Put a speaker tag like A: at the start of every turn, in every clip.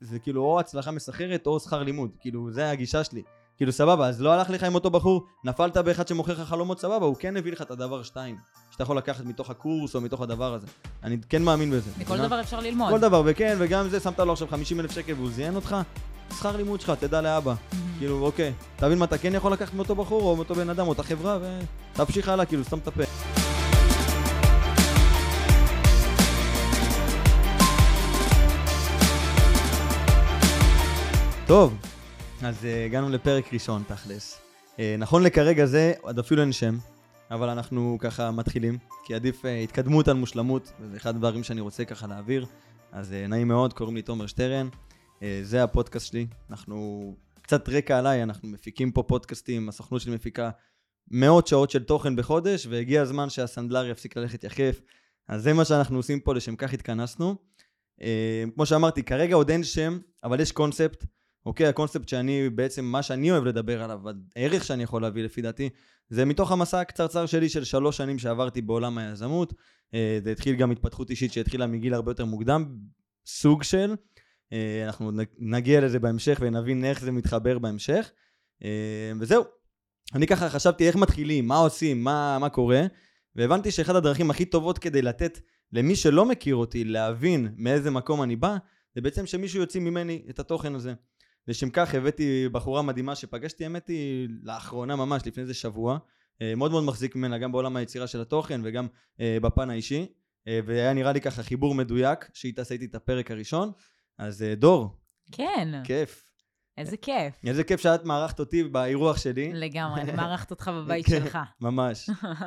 A: זה כאילו או הצלחה מסחררת או שכר לימוד, כאילו זה הגישה שלי. כאילו סבבה, אז לא הלך לך עם אותו בחור, נפלת באחד שמוכר לך חלומות סבבה, הוא כן הביא לך את הדבר 2, שאתה יכול לקחת מתוך הקורס או מתוך הדבר הזה. אני כן מאמין בזה.
B: מכל דבר אפשר ללמוד.
A: כל דבר, וכן, וגם זה, שמת לו עכשיו 50,000 שקל והוא זיין אותך, שכר לימוד שלך, תדע לאבא. כאילו, אוקיי, תבין מה אתה כן יכול לקחת מאותו בחור או מאותו בן אדם או אותה חברה, ותמשיך הלאה, כאילו, סתם את הפה. טוב, אז הגענו לפרק ראשון, תכלס. נכון לכרגע זה, עד אפילו אין שם, אבל אנחנו ככה מתחילים, כי עדיף התקדמות על מושלמות, וזה אחד הדברים שאני רוצה ככה להעביר. אז נעים מאוד, קוראים לי תומר שטרן, זה הפודקאסט שלי. אנחנו, קצת רקע עליי, אנחנו מפיקים פה פודקאסטים, הסוכנות שלי מפיקה מאות שעות של תוכן בחודש, והגיע הזמן שהסנדלר יפסיק ללכת יחף. אז זה מה שאנחנו עושים פה, לשם כך התכנסנו. כמו שאמרתי, כרגע עוד אין שם, אבל יש קונספט. אוקיי, הקונספט שאני בעצם, מה שאני אוהב לדבר עליו, הערך שאני יכול להביא לפי דעתי, זה מתוך המסע הקצרצר שלי של 3 שנים שעברתי בעולם היזמות. זה התחיל גם התפתחות אישית שהתחילה מגיל הרבה יותר מוקדם, סוג של. אנחנו נגיע לזה בהמשך ונבין איך זה מתחבר בהמשך. וזהו. אני ככה חשבתי איך מתחילים, מה עושים, מה קורה, והבנתי שאחד הדרכים הכי טובות כדי לתת למי שלא מכיר אותי, להבין מאיזה מקום אני בא, זה בעצם שמישהו יוציא ממני את התוכן הזה. לשם כך הבאתי בחורה מדהימה שפגשתי, האמתי לאחרונה ממש, לפני איזה שבוע, מאוד מאוד מחזיק ממנה, גם בעולם היצירה של התוכן וגם בפן האישי, והיה נראה לי ככה חיבור מדויק, שהיא תעשה איתי את הפרק הראשון. אז דור.
B: כן.
A: כיף.
B: איזה כיף.
A: איזה כיף שאת מערכת אותי באירוח שלי.
B: לגמרי, אני מערכת אותך בבית שלך.
A: ממש.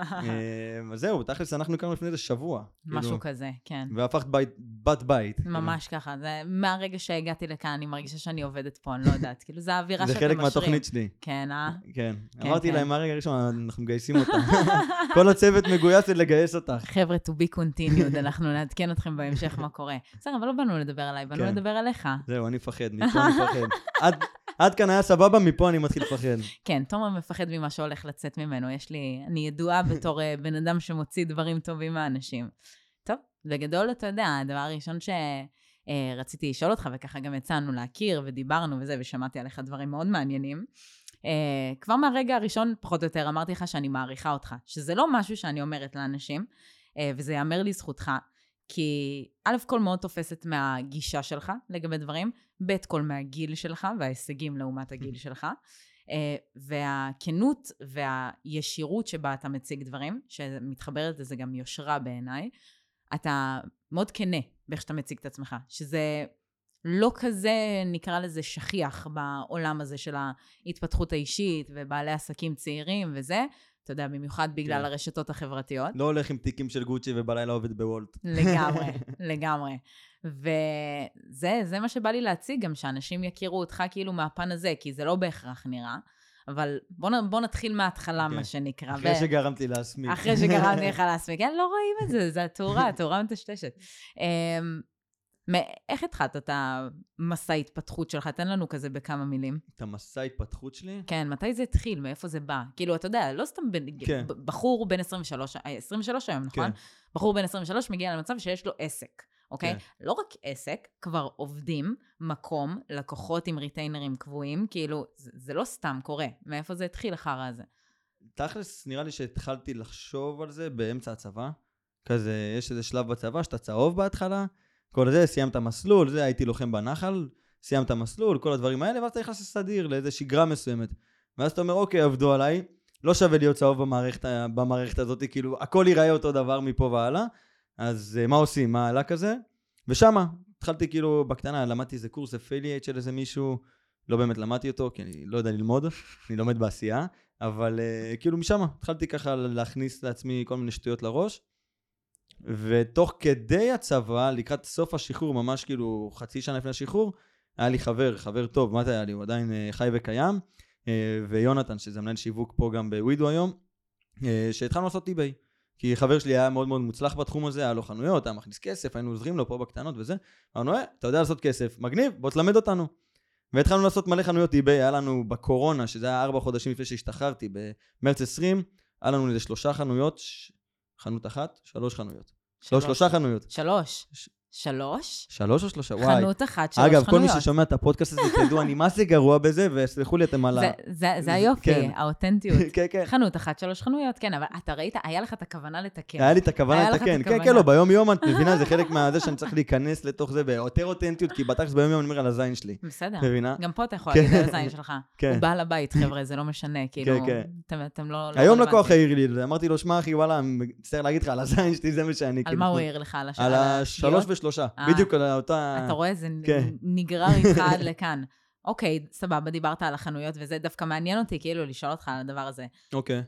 A: אז זהו, תכלס אנחנו הכרנו לפני איזה שבוע.
B: משהו כזה, כן.
A: והפכת בת בית.
B: ממש ככה, מהרגע שהגעתי לכאן, אני מרגישה שאני עובדת פה, אני לא יודעת. כאילו, זה האווירה שאתם משרים.
A: זה חלק מהתוכנית שלי.
B: כן,
A: כן. אמרתי להם, מהרגע הראשון, אנחנו מגייסים אותה. כל הצוות מגויס לגייס אותך.
B: חבר'ה, to be continued, אנחנו נעדכן אתכם בהמשך מה קורה. בסדר, אבל לא באנו לדבר עליי, באנו לדבר עליך.
A: זהו, אני מפחד, מפה אני מפחד. עד כאן היה סבבה, מפה אני מתחיל לפחד.
B: כן, תומר מפחד ממה שהולך לצאת ממנו. אני ידועה בתור בן אדם שמוציא דברים טובים מהאנשים. טוב, בגדול אתה יודע, הדבר הראשון שרציתי לשאול אותך, וככה גם יצאנו להכיר ודיברנו וזה, ושמעתי עליך דברים מאוד מעניינים. כבר מהרגע הראשון, פחות או יותר, אמרתי לך שאני מעריכה אותך, שזה לא משהו שאני אומרת לאנשים, וזה יאמר לי זכותך, כי א' כל מאוד תופסת מהגישה שלך לגבי דברים, ב' כל מהגיל שלך וההישגים לעומת הגיל שלך, והכנות והישירות שבה אתה מציג דברים, שמתחברת לזה גם יושרה בעיניי, אתה מאוד כנה באיך שאתה מציג את עצמך, שזה לא כזה נקרא לזה שכיח בעולם הזה של ההתפתחות האישית ובעלי עסקים צעירים וזה, אתה יודע, במיוחד בגלל הרשתות החברתיות.
A: לא הולך עם תיקים של גוצ'י ובלילה עובד בוולט.
B: לגמרי, לגמרי. וזה מה שבא לי להציג גם, שאנשים יכירו אותך כאילו מהפן הזה, כי זה לא בהכרח נראה, אבל בוא נתחיל מההתחלה, מה שנקרא.
A: אחרי שגרמתי להסמיק.
B: אחרי שגרמתי לך להסמיק. כן, לא רואים את זה, זה התאורה מטשטשת. איך התחלת את המסע ההתפתחות שלך? תן לנו כזה בכמה מילים.
A: את המסע ההתפתחות שלי?
B: כן, מתי זה התחיל? מאיפה זה בא? כאילו, אתה יודע, לא סתם בחור בן 23 היום, נכון? בחור בן 23 מגיע למצב שיש לו עסק, אוקיי? לא רק עסק, כבר עובדים, מקום, לקוחות עם ריטיינרים קבועים, כאילו, זה לא סתם קורה. מאיפה זה התחיל אחר הזה?
A: תכלס, נראה לי שהתחלתי לחשוב על זה באמצע הצבא. כזה, יש איזה שלב בצבא שאתה צהוב בהתחלה, כל זה, סיימת מסלול, זה הייתי לוחם בנחל, סיימת מסלול, כל הדברים האלה, ואז אתה נכנס לסדיר, לאיזו שגרה מסוימת. ואז אתה אומר, אוקיי, עבדו עליי, לא שווה להיות צהוב במערכת הזאת, כאילו, הכל ייראה אותו דבר מפה והלאה, אז מה עושים? מה עלה כזה? ושמה, התחלתי כאילו בקטנה, למדתי איזה קורס אפילייט של איזה מישהו, לא באמת למדתי אותו, כי אני לא יודע ללמוד, אני לומד בעשייה, אבל כאילו משמה, התחלתי ככה להכניס לעצמי כל מיני שטויות לראש, ותוך כדי הצבא, לקראת סוף השחרור, ממש כאילו חצי שנה לפני השחרור, היה לי חבר טוב, מה זה היה לי? הוא עדיין חי וקיים, ויונתן, שזה מנהל שיווק פה גם בווידו היום, שהתחלנו לעשות eBay, כי חבר שלי היה מאוד מאוד מוצלח בתחום הזה, היה לו חנויות, היה מכניס כסף, היינו עוזרים לו פה בקטנות וזה, אמרנו, אתה יודע לעשות כסף, מגניב, בוא תלמד אותנו. והתחלנו לעשות מלא חנויות eBay, היה לנו בקורונה, שזה היה 4 חודשים לפני שהשתחררתי, במרץ 20, היה לנו איזה 3 חנויות, חנות אחת, 3 חנויות. 3 חנויות.
B: 3. 3.
A: 3 או 3? וואי.
B: חנות אחת, 3 חנויות.
A: אגב, כל מי ששומע את הפודקאסט הזה, תדעו, אני מה זה גרוע בזה, וסלחו לי אתם על ה...
B: זה היופי, האותנטיות.
A: כן, כן.
B: חנות אחת, 3 חנויות, כן, אבל אתה ראית, היה לך את הכוונה לתקן.
A: היה לי את הכוונה לתקן. כן, כן, לא, ביום יום, את מבינה, זה חלק מהזה שאני צריך להיכנס לתוך זה, ויותר אותנטיות, כי בתכלס ביום יום אני אומר על הזין שלי.
B: בסדר.
A: מבינה?
B: גם פה אתה יכול להגיד על הזין שלך.
A: כן.
B: הוא בעל הבית, חבר'ה, זה לא משנה, כאילו, אתם לא...
A: היום לקוח העיר לי, אמרתי לו, שמע אחי, וואלה, מצטער להגיד לך על הזין שלי, זה מה שאני...
B: על מה הוא העיר לך?
A: על 3 ו3, בדיוק על אותה...
B: אתה רואה, זה נגרר איתך עד לכאן. אוקיי, סבבה, דיברת על החנויות, וזה דווקא מעניין אותי, כאילו, לשאול אותך על הדבר הזה.
A: אוקיי.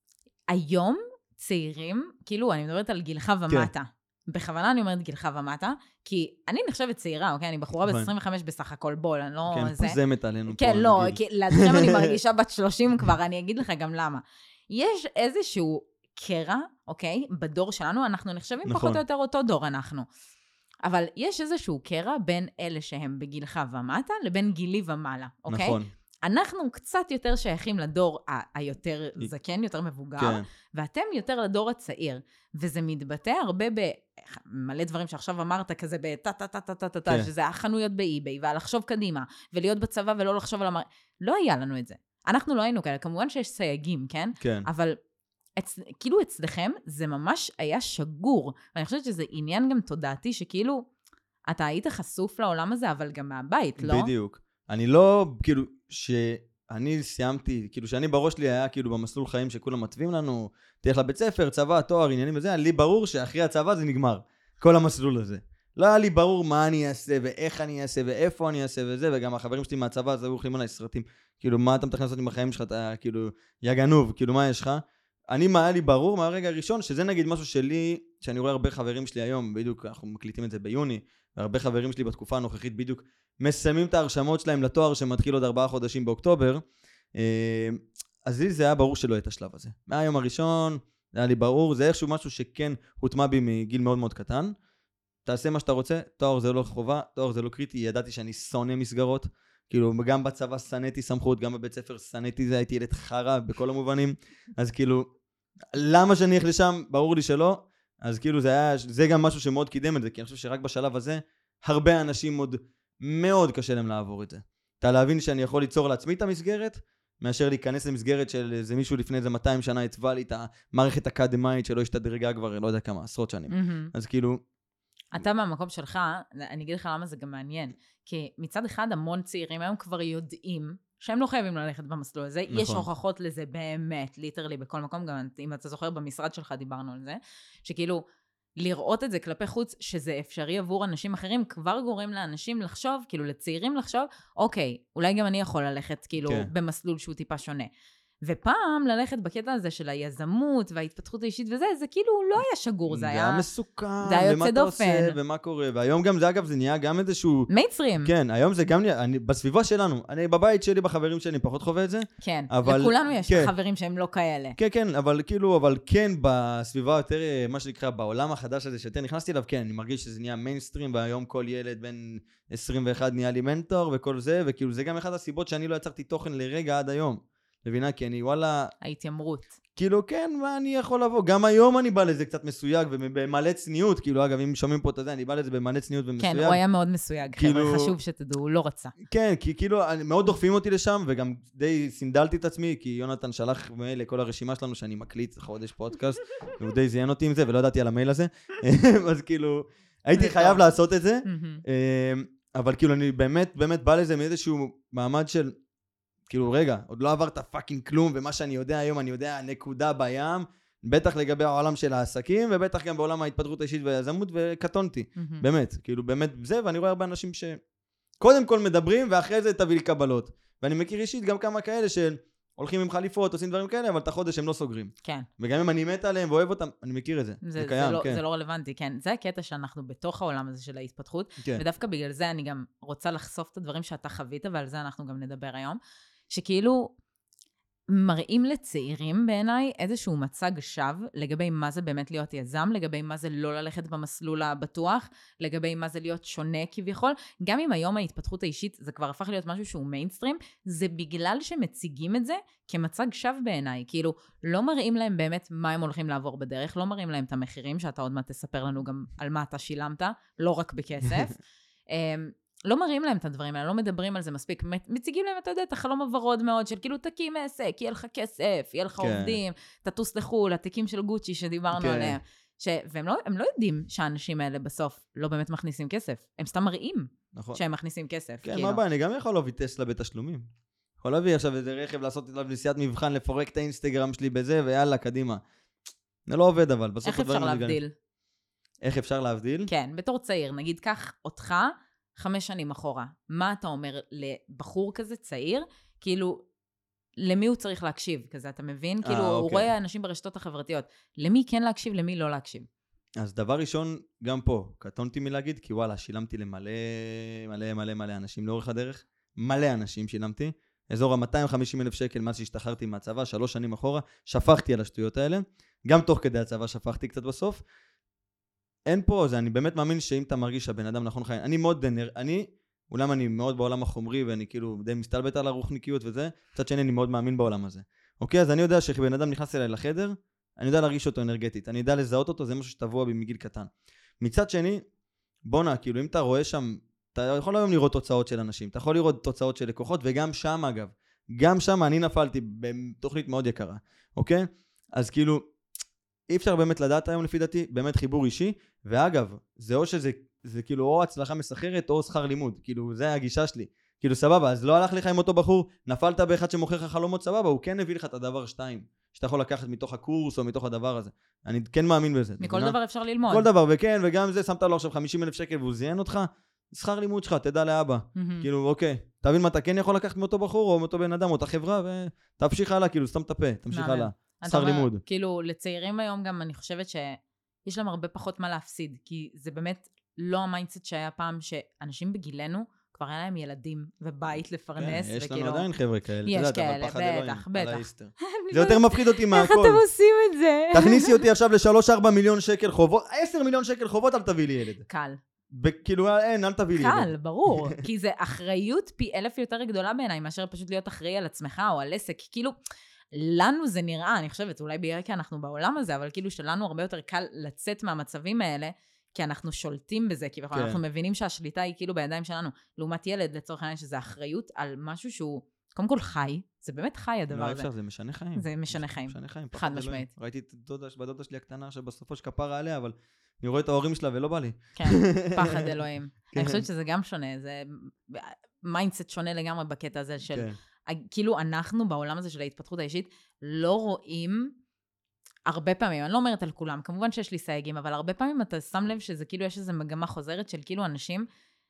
B: היום צעירים, כאילו, אני מדברת על גילך ומטה. בכוונה אני אומרת גילך ומטה, כי אני נחשבת צעירה, אוקיי? אני בחורה בת 25 בסך הכל, בול, אני לא...
A: כן, פוזמת עלינו.
B: כן, לא, לדכם אני מרגישה בת 30 כבר, אני אגיד לך גם למה. יש איזשהו קרע, אוקיי? בדור שלנו, אנחנו נחשבים פחות או יותר אותו דור אנחנו. אבל יש איזשהו קרע בין אלה שהם בגילך ומטה, לבין גילי ומעלה, אוקיי? נכון. אנחנו קצת יותר שייכים לדור היותר זקן, יותר מבוגר, כן. ואתם יותר לדור הצעיר. וזה מתבטא הרבה במלא דברים שעכשיו אמרת, כזה בטה-טה-טה-טה-טה-טה, שזה החנויות באי-ביי, ועל לחשוב קדימה, ולהיות בצבא ולא לחשוב על לא היה לנו את זה. אנחנו לא היינו כאלה, כמובן שיש סייגים, כן? כן. אבל כאילו אצלכם זה ממש היה שגור, ואני חושבת שזה עניין גם תודעתי, שכאילו אתה היית חשוף לעולם הזה, אבל גם מהבית, לא?
A: בדיוק. אני לא, כאילו, שאני סיימתי, כאילו שאני בראש לי היה כאילו במסלול חיים שכולם מטבים לנו, תלך לבית ספר, צבא, תואר, עניינים וזה, לי ברור שאחרי הצבא זה נגמר, כל המסלול הזה. לא היה לי ברור מה אני אעשה, ואיך אני אעשה, ואיפה אני אעשה וזה, וגם החברים שלי מהצבא, אז היו הולכים עליי סרטים, כאילו, מה אתה מתכנן לעשות עם החיים שלך, אתה כאילו, יא גנוב, כאילו, מה יש לך? מה היה לי ברור מהרגע הראשון, שזה נגיד משהו שלי, שאני רואה הרבה חברים שלי היום, בדיוק אנחנו מקליטים את זה ביוני, והרבה חברים שלי בתקופה הנוכחית בדיוק מסיימים את ההרשמות שלהם לתואר שמתחיל עוד 4 חודשים באוקטובר, אז לי זה היה ברור שלא יהיה את השלב הזה. מהיום הראשון, זה היה לי ברור, זה איכשהו משהו שכן הוטמע בי מגיל מאוד מאוד קטן, תעשה מה שאתה רוצה, תואר זה לא חובה, תואר זה לא קריטי, ידעתי שאני שונא מסגרות, כאילו גם בצבא שנאתי סמכות, גם בבית ספר שנאתי זה, הייתי ילד חרא בכל המובנים, אז כאילו, למה שאני אלך לשם? ברור לי שלא, אז כאילו זה גם משהו שמאוד קידם את זה, כי אני חושב שרק בשלב הזה, הרבה אנשים עוד מאוד קשה להם לעבור את זה. אתה להבין שאני יכול ליצור לעצמי את המסגרת, מאשר להיכנס למסגרת של איזה מישהו לפני איזה 200 שנה הצבע לי את המערכת האקדמית שלא השתדרגה כבר לא יודע כמה, עשרות שנים. אז כאילו...
B: אתה מהמקום שלך, אני אגיד לך למה זה גם מעניין, כי מצד אחד המון צעירים היום כבר יודעים שהם לא חייבים ללכת במסלול הזה, נכון. יש הוכחות לזה באמת, ליטרלי בכל מקום, גם אם אתה זוכר במשרד שלך דיברנו על זה, שכאילו לראות את זה כלפי חוץ, שזה אפשרי עבור אנשים אחרים, כבר גורם לאנשים לחשוב, כאילו לצעירים לחשוב, אוקיי, אולי גם אני יכול ללכת כאילו כן. במסלול שהוא טיפה שונה. ופעם ללכת בקטע הזה של היזמות וההתפתחות האישית וזה, זה כאילו לא היה שגור, זה היה
A: מסוכן,
B: זה היה יוצא דופן.
A: עושה ומה קורה, והיום גם זה אגב, זה נהיה גם איזשהו...
B: מיינסטרים.
A: כן, היום זה גם נהיה, בסביבה שלנו, אני בבית שלי, בחברים שלי, פחות חווה את זה.
B: כן, אבל, לכולנו יש כן, חברים שהם לא כאלה.
A: כן, כן, אבל כאילו, אבל כן בסביבה יותר, מה שנקרא, בעולם החדש הזה שיותר נכנסתי אליו, כן, אני מרגיש שזה נהיה מיינסטרים, והיום כל ילד בין 21 נהיה לי מנטור וכל זה, וכאילו זה גם אחד הסיבות שאני לא יצרתי תוכן לרגע עד היום. מבינה? כי אני וואלה...
B: ההתיימרות.
A: כאילו, כן, מה אני יכול לבוא? גם היום אני בא לזה קצת מסויג ובמלא צניעות, כאילו, אגב, אם שומעים פה את זה, אני בא לזה במלא צניעות ומסויג.
B: כן, הוא היה מאוד מסויג, כאילו... חבר'ה, חשוב שתדעו, הוא לא רצה.
A: כן, כי כאילו, מאוד דוחפים אותי לשם, וגם די סינדלתי את עצמי, כי יונתן שלח מייל לכל הרשימה שלנו, שאני מקליט חודש פודקאסט, והוא די זיין אותי עם זה, ולא ידעתי על המייל הזה. אז כאילו, הייתי חייב לעשות את זה, אבל כאילו, אני באמת בא לזה מאיזשהו מעמד של כאילו, רגע, עוד לא עברת פאקינג כלום, ומה שאני יודע היום, אני יודע נקודה בים, בטח לגבי העולם של העסקים, ובטח גם בעולם ההתפתחות האישית והיזמות, וקטונתי. באמת, כאילו, באמת זה, ואני רואה הרבה אנשים שקודם כל מדברים, ואחרי זה תביא לי קבלות. ואני מכיר אישית גם כמה כאלה שהולכים עם חליפות, עושים דברים כאלה, אבל את החודש הם לא סוגרים. כן. וגם אם אני מת עליהם ואוהב אותם, אני מכיר את זה. זה קיים, כן.
B: זה לא רלוונטי, כן. זה הקטע שאנחנו בתוך העולם הזה של ההתפתחות, ודווקא בגלל זה אני גם רוצה לחשוף את הדברים שאתה חווית, ועל זה אנחנו גם נדבר היום. שכאילו, מראים לצעירים בעיניי איזשהו מצג שווא לגבי מה זה באמת להיות יזם, לגבי מה זה לא ללכת במסלול הבטוח, לגבי מה זה להיות שונה כביכול. גם אם היום ההתפתחות האישית זה כבר הפך להיות משהו שהוא מיינסטרים, זה בגלל שמציגים את זה כמצג שווא בעיניי. כאילו, לא מראים להם באמת מה הם הולכים לעבור בדרך, לא מראים להם את המחירים, שאתה עוד מעט תספר לנו גם על מה אתה שילמת, לא רק בכסף. לא מראים להם את הדברים האלה, לא מדברים על זה מספיק, מציגים להם, אתה יודע, את החלום הוורוד מאוד, של כאילו תקים עסק, יהיה לך כסף, יהיה לך עובדים, תטוס לחול, התיקים של גוצ'י שדיברנו עליהם. והם לא יודעים שהאנשים האלה בסוף לא באמת מכניסים כסף, הם סתם מראים שהם מכניסים כסף.
A: כן, מה הבא, אני גם יכול להביא טסלה בתשלומים. יכול להביא עכשיו איזה רכב, לעשות עליו נסיעת מבחן, לפורק את האינסטגרם שלי בזה, ויאללה, קדימה. זה לא עובד אבל, בסוף
B: איך אפשר להבדיל?
A: איך אפשר להבדיל?
B: כן, בתור צעיר, נגיד קח אותך 5 שנים אחורה. מה אתה אומר לבחור כזה צעיר? כאילו, למי הוא צריך להקשיב? כזה, אתה מבין? כאילו, הוא רואה אנשים ברשתות החברתיות. למי כן להקשיב, למי לא להקשיב?
A: אז דבר ראשון, גם פה, קטונתי מלהגיד, כי וואלה, שילמתי למלא מלא מלא מלא אנשים לאורך הדרך. מלא אנשים שילמתי. אזור ה-250,000 שקל מאז שהשתחררתי מהצבא, 3 שנים אחורה, שפכתי על השטויות האלה. גם תוך כדי הצבא שפכתי קצת בסוף. אין פה, אני באמת מאמין שאם אתה מרגיש שהבן אדם נכון חיים, אולם אני מאוד בעולם החומרי, ואני כאילו די מסתלבט על הרוחניקיות וזה, קצת שני אני מאוד מאמין בעולם הזה. אוקיי, אז אני יודע שבן אדם נכנס אליי לחדר, אני יודע להרגיש אותו אנרגטית, אני יודע לזהות אותו, זה משהו שטבוע בי מגיל קטן. מצד שני, בונה, כאילו אם אתה רואה שם, אתה יכול היום לראות תוצאות של אנשים, אתה יכול לראות תוצאות של לקוחות, וגם שם אגב, גם שם אני נפלתי בתוכנית מאוד יקרה, אוקיי? אז כאילו, אי אפשר באמת לדעת היום לפי דעתי, באמת חיבור אישי, ואגב, זה או שזה כאילו או הצלחה מסחררת או שכר לימוד, כאילו זה הגישה שלי, כאילו סבבה, אז לא הלך לך עם אותו בחור, נפלת באחד שמוכר לך חלומות סבבה, הוא כן הביא לך את הדבר 2, שאתה יכול לקחת מתוך הקורס או מתוך הדבר הזה, אני כן מאמין בזה.
B: מכל דבר אפשר ללמוד.
A: כל דבר, וכן, וגם זה, שמת לו עכשיו 50,000 שקל והוא זיין אותך, שכר לימוד שלך, תדע לאבא, כאילו אוקיי, תבין מה אתה כן יכול לקחת מאותו בחור או מאותו בן אדם או אותה חברה, ותמשיך הלאה, כאילו סתם תפה, תמשיך הלאה. שכר לימוד.
B: כאילו, לצעירים היום גם אני חושבת שיש להם הרבה פחות מה להפסיד, כי זה באמת לא המיינדסט שהיה פעם שאנשים בגילנו, כבר היה להם ילדים ובית לפרנס.
A: כן, יש לנו עדיין חבר'ה כאלה.
B: יש כאלה, בטח, בטח.
A: זה יותר מפחיד אותי מהכל.
B: איך אתם עושים את זה?
A: תכניסי אותי עכשיו ל3-4 מיליון שקל חובות, 10 מיליון שקל חובות, אל תביא לי ילד.
B: קל.
A: כאילו, אין, אל תביא לי ילד.
B: קל, ברור. כי זה אחריות פי 1000 יותר גדולה בעיניי, מאשר פשוט להיות אחראי על עצמך או על עסק. כאילו, לנו זה נראה, אני חושבת, אולי בעיקר כי אנחנו בעולם הזה, אבל כאילו שלנו הרבה יותר קל לצאת מהמצבים האלה, כי אנחנו שולטים בזה, כי כן. אנחנו מבינים שהשליטה היא כאילו בידיים שלנו, לעומת ילד לצורך העניין שזה אחריות על משהו שהוא, קודם כל חי, זה באמת חי הדבר הזה.
A: לא אפשר, זה משנה חיים.
B: זה משנה חיים, חד משמעית.
A: ראיתי את בדודה שלי הקטנה שבסופו שכפרה עליה, אבל אני רואה את ההורים שלה ולא בא לי.
B: כן, פחד אלוהים. אני חושבת שזה גם שונה, זה מיינדסט שונה לגמרי בקטע הזה של... כאילו אנחנו בעולם הזה של ההתפתחות האישית לא רואים הרבה פעמים, אני לא אומרת על כולם, כמובן שיש לי סייגים, אבל הרבה פעמים אתה שם לב שזה כאילו יש איזו מגמה חוזרת של כאילו אנשים,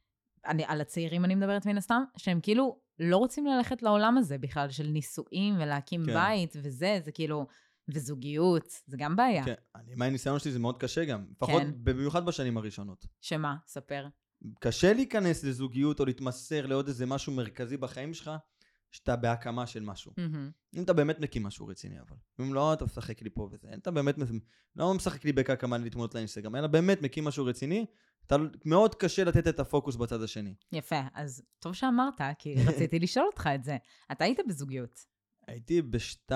B: על הצעירים אני מדברת מן הסתם, שהם כאילו לא רוצים ללכת לעולם הזה בכלל של נישואים ולהקים בית וזה, זה כאילו, וזוגיות, זה גם בעיה.
A: כן, מהניסיון שלי זה מאוד קשה גם, לפחות במיוחד בשנים הראשונות.
B: שמה? ספר. קשה
A: להיכנס לזוגיות או להתמסר לעוד איזה משהו מרכזי בחיים שלך, שאתה בהקמה של משהו. אם אתה באמת מקים משהו רציני, אבל. אם לא, אתה משחק לי פה וזה. אתה באמת לא משחק לי בהקמה לתמונות לאינסטגרם, אלא באמת מקים משהו רציני, אתה מאוד קשה לתת את הפוקוס בצד השני.
B: יפה, אז טוב שאמרת, כי רציתי לשאול אותך את זה. אתה היית בזוגיות?
A: הייתי ב2,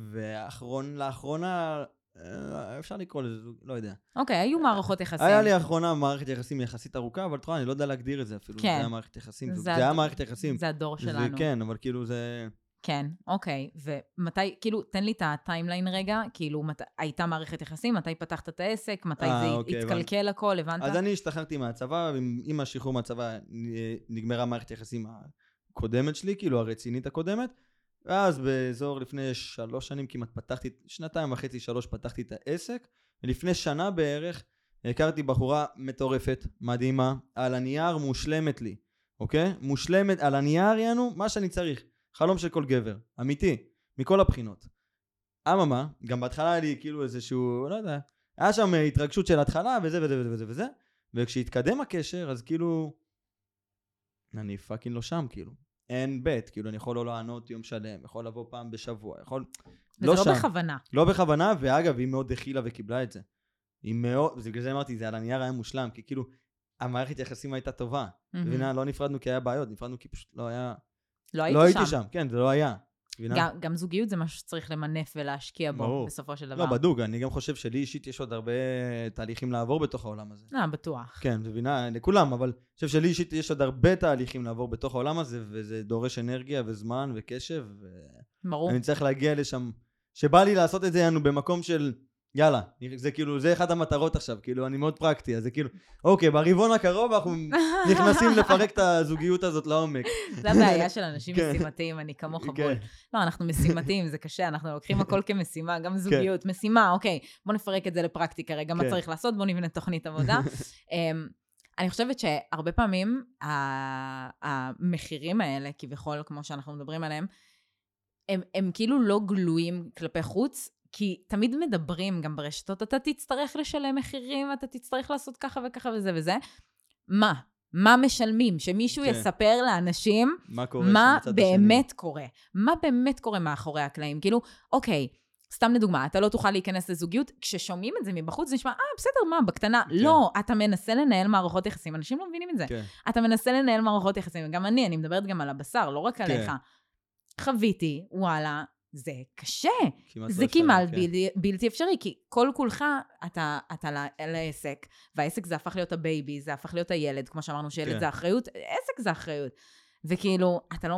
A: לאחרונה, אפשר לקרוא לזה, לא יודע.
B: אוקיי, היו מערכות יחסים.
A: היה לי האחרונה מערכת יחסים יחסית ארוכה, אבל תראה, אני לא יודע להגדיר את זה אפילו. זה היה מערכת יחסים. זה היה מערכת יחסים.
B: זה הדור שלנו.
A: כן, אבל כאילו זה...
B: כן, אוקיי. ומתי, כאילו, תן לי את הטיימליין רגע, כאילו, הייתה מערכת יחסים, מתי פתחת את העסק, מתי זה התקלקל הכל, הבנת?
A: אז אני השתחררתי מהצבא, עם השחרור מהצבא נגמרה מערכת יחסים הקודמת שלי, כאילו הרצינית הקודמת, ואז באזור לפני 3 שנים כמעט פתחתי, 2.5-3 פתחתי את העסק, ולפני שנה בערך הכרתי בחורה מטורפת, מדהימה, על הנייר מושלמת לי, אוקיי? מושלמת, על הנייר יענו, מה שאני צריך. חלום של כל גבר, אמיתי, מכל הבחינות. אממה, גם בהתחלה היה לי כאילו איזשהו, לא יודע, היה שם התרגשות של התחלה וזה וזה וזה וזה, וכשהתקדם הקשר, אז כאילו, אני פאקינג לא שם כאילו. אין בית, כאילו אני יכול לא לענות יום שלם, יכול לבוא פעם בשבוע, יכול...
B: וזה לא בכוונה.
A: לא בכוונה, ואגב, היא מאוד הכילה וקיבלה את זה. היא מאוד, בגלל זה אמרתי, זה על הנייר היה מושלם, כי כאילו, המערכת יחסים הייתה טובה. מבינה, לא נפרדנו כי היה בעיות, נפרדנו כי פשוט לא היה...
B: לא הייתי
A: שם, כן, זה לא היה.
B: גם זוגיות זה משהו שצריך למנף ולהשקיע בו בסופו של דבר.
A: לא, בדוק, אני גם חושב שלי אישית יש עוד הרבה תהליכים לעבור בתוך העולם הזה.
B: בטוח.
A: כן, מבינה, לכולם, אבל אני חושב שלי אישית יש עוד הרבה תהליכים לעבור בתוך העולם הזה, וזה דורש אנרגיה וזמן וקשב,
B: ברור.
A: אני צריך להגיע לשם, שבא לי לעשות את זה במקום של, יאללה, זה כאילו, זה אחת המטרות עכשיו, כאילו, אני מאוד פרקטי, אז זה כאילו, אוקיי, ברבעון הקרוב אנחנו נכנסים לפרק את הזוגיות הזאת לעומק.
B: זה הבעיה של אנשים משימתיים, אני כמוך בול. לא, אנחנו משימתיים, זה קשה, אנחנו לוקחים הכל כמשימה, גם זוגיות, משימה, אוקיי, בוא נפרק את זה לפרקטיקה, רגע, מה צריך לעשות, בוא נבנה תוכנית עבודה. אני חושבת שהרבה פעמים המחירים האלה, כביכול, כמו שאנחנו מדברים עליהם, הם כאילו לא גלויים כלפי חוץ, כי תמיד מדברים גם ברשתות, אתה תצטרך לשלם מחירים, אתה תצטרך לעשות ככה וככה וזה וזה. מה משלמים? שמישהו יספר לאנשים מה באמת קורה. מה באמת קורה מאחורי הקלעים. כאילו, אוקיי, סתם לדוגמה, אתה לא תוכל להיכנס לזוגיות, כששומעים את זה מבחוץ, זה נשמע, בסדר, מה, בקטנה. לא, אתה מנסה לנהל מערכות יחסים, אנשים לא מבינים את זה. אתה מנסה לנהל מערכות יחסים, גם אני מדברת גם על הבשר, לא רק עליך. חוויתי, וואלה, זה קשה. זה כמעט בלתי אפשרי, כי כל כולך אתה לעסק, והעסק זה הפך להיות הבייבי, זה הפך להיות הילד, כמו שאמרנו שילד זה אחריות, עסק זה אחריות. וכאילו,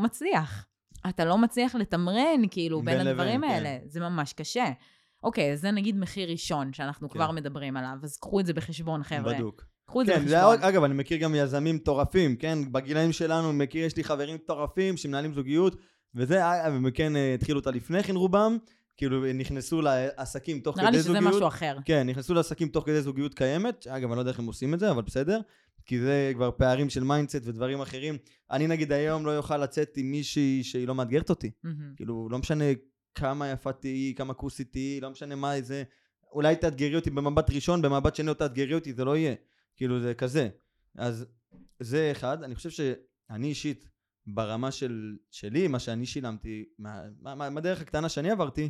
B: אתה לא מצליח לתמרן, כאילו, בין הדברים האלה. זה ממש קשה. אוקיי, זה נגיד מחיר ראשון, שאנחנו כבר מדברים עליו, אז קחו את זה בחשבון, חבר'ה.
A: בדוק.
B: קחו את זה בחשבון.
A: אגב, אני מכיר גם יזמים מטורפים, כן? בגילאים שלנו, יש לי חברים מטורפים שמנהלים זוגיות, וזה, וכן, התחילו אותה לפני כן רובם, כאילו נכנסו לעסקים תוך כדי זוגיות.
B: נראה לי שזה משהו אחר.
A: כן, נכנסו לעסקים תוך כדי זוגיות קיימת, אגב, אני לא יודע איך הם עושים את זה, אבל בסדר, כי זה כבר פערים של מיינדסט ודברים אחרים. אני נגיד היום לא יוכל לצאת עם מישהי שהיא לא מאתגרת אותי. כאילו, לא משנה כמה יפה תהי, כמה כוסית תהי, לא משנה מה זה, אולי תאתגרי אותי במבט ראשון, במבט שני או תאתגרי אותי, זה לא יהיה. כאילו, זה כזה. אז זה אחד, אני חושב שאני אישית, ברמה שלי, מה שאני שילמתי, מהדרך הקטנה שאני עברתי,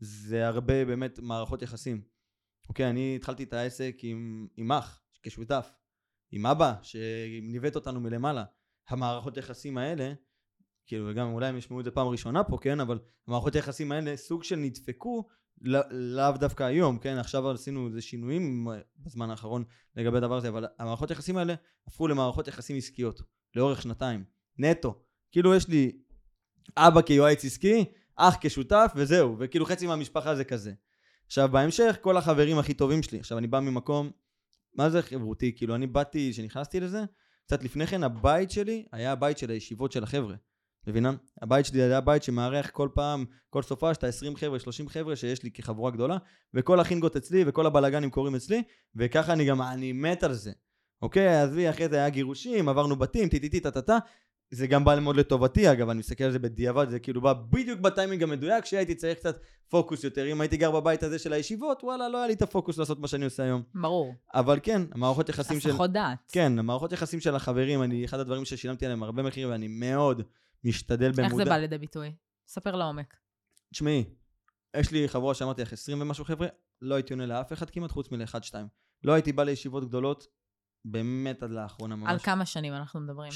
A: זה הרבה באמת מערכות יחסים. אוקיי, אני התחלתי את העסק עם אח, כשותף, עם אבא, שניווט אותנו מלמעלה. המערכות יחסים האלה, כאילו, וגם אולי הם ישמעו את זה פעם ראשונה פה, כן, אבל המערכות יחסים האלה סוג של נדפקו, לאו דווקא היום, כן, עכשיו עשינו איזה שינויים בזמן האחרון לגבי הדבר הזה, אבל המערכות יחסים האלה הפכו למערכות יחסים עסקיות, לאורך שנתיים. נטו. כאילו יש לי אבא כיועץ עסקי, אח כשותף וזהו, וכאילו חצי מהמשפחה זה כזה. עכשיו בהמשך כל החברים הכי טובים שלי, עכשיו אני בא ממקום, מה זה חברותי? כאילו אני באתי, שנכנסתי לזה, קצת לפני כן הבית שלי היה הבית של הישיבות של החבר'ה. מבינה? הבית שלי היה הבית שמארח כל פעם, כל סופה, שאתה 20 חבר'ה, 30 חבר'ה שיש לי כחבורה גדולה, וכל החינגות אצלי וכל הבלגנים קורים אצלי, וככה אני מת על זה. אוקיי, אז אחרי זה היה גירושים, עברנו בתים, טה. זה גם בא מאוד לטובתי, אגב, אני מסתכל על זה בדיעבד, זה כאילו בא בדיוק בטיימינג המדויק, שהייתי צריך קצת פוקוס יותר, אם הייתי גר בבית הזה של הישיבות, וואלה, לא היה לי את הפוקוס לעשות מה שאני עושה היום.
B: ברור.
A: אבל כן, המערכות יחסים של...
B: הסחות דעת.
A: כן, המערכות יחסים של החברים, אחד הדברים ששילמתי עליהם הרבה מחיר, ואני מאוד משתדל במודע.
B: איך זה בא לידי ביטוי? ספר לעומק.
A: תשמעי, יש לי חבורה שאמרתי לך 20 ומשהו חבר'ה, לא הייתי עונה לאף אחד כמעט חוץ מ-1-2. לא הייתי בא לישיבות גדולות, באמת עד לאחרונה ממש.
B: על כמה שנים אנחנו מדברים?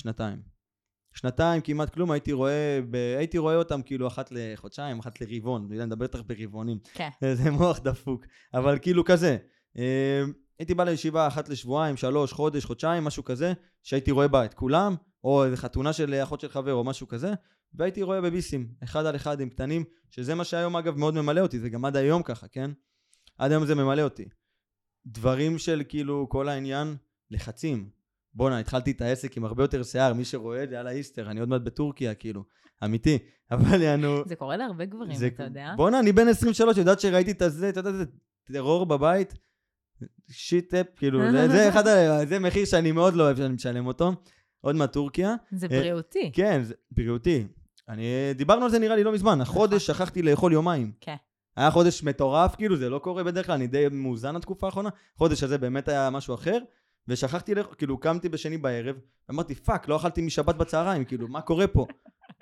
A: 2 כמעט כלום, הייתי רואה אותם כאילו אחת לחודשיים, אחת לרבעון, אני מדבר איתך ברבעונים.
B: כן.
A: זה מוח דפוק, אבל כאילו כזה. הייתי בא לישיבה אחת לשבועיים, 3 חודש, חודשיים, משהו כזה, שהייתי רואה בה את כולם, או איזו חתונה של אחות של חבר או משהו כזה, והייתי רואה בביסים, 1 על 1 עם קטנים, שזה מה שהיום אגב מאוד ממלא אותי, זה גם עד היום ככה, כן? עד היום זה ממלא אותי. דברים של כאילו כל העניין, לחצים. בונה, התחלתי את העסק עם הרבה יותר שיער, מי שרואה את זה על האיסטר, אני עוד מעט בטורקיה, כאילו, אמיתי, אבל יענו...
B: זה קורה להרבה גברים, אתה יודע?
A: בונה, אני בן 23, יודעת שראיתי את זה, אתה יודע, זה טרור בבית, שיט-אפ, כאילו, זה מחיר שאני מאוד לא אוהב שאני משלם אותו, עוד מהטורקיה.
B: זה בריאותי.
A: כן, זה בריאותי. דיברנו על זה נראה לי לא מזמן, החודש שכחתי לאכול יומיים.
B: כן.
A: היה חודש מטורף, כאילו, זה לא קורה בדרך כלל, אני די מאוזן התקופה האחרונה, חודש הזה באמת היה משהו אחר, ושכחתי, כאילו, קמתי בשני בערב, אמרתי, פאק, לא אכלתי משבת בצהריים, כאילו, מה קורה פה?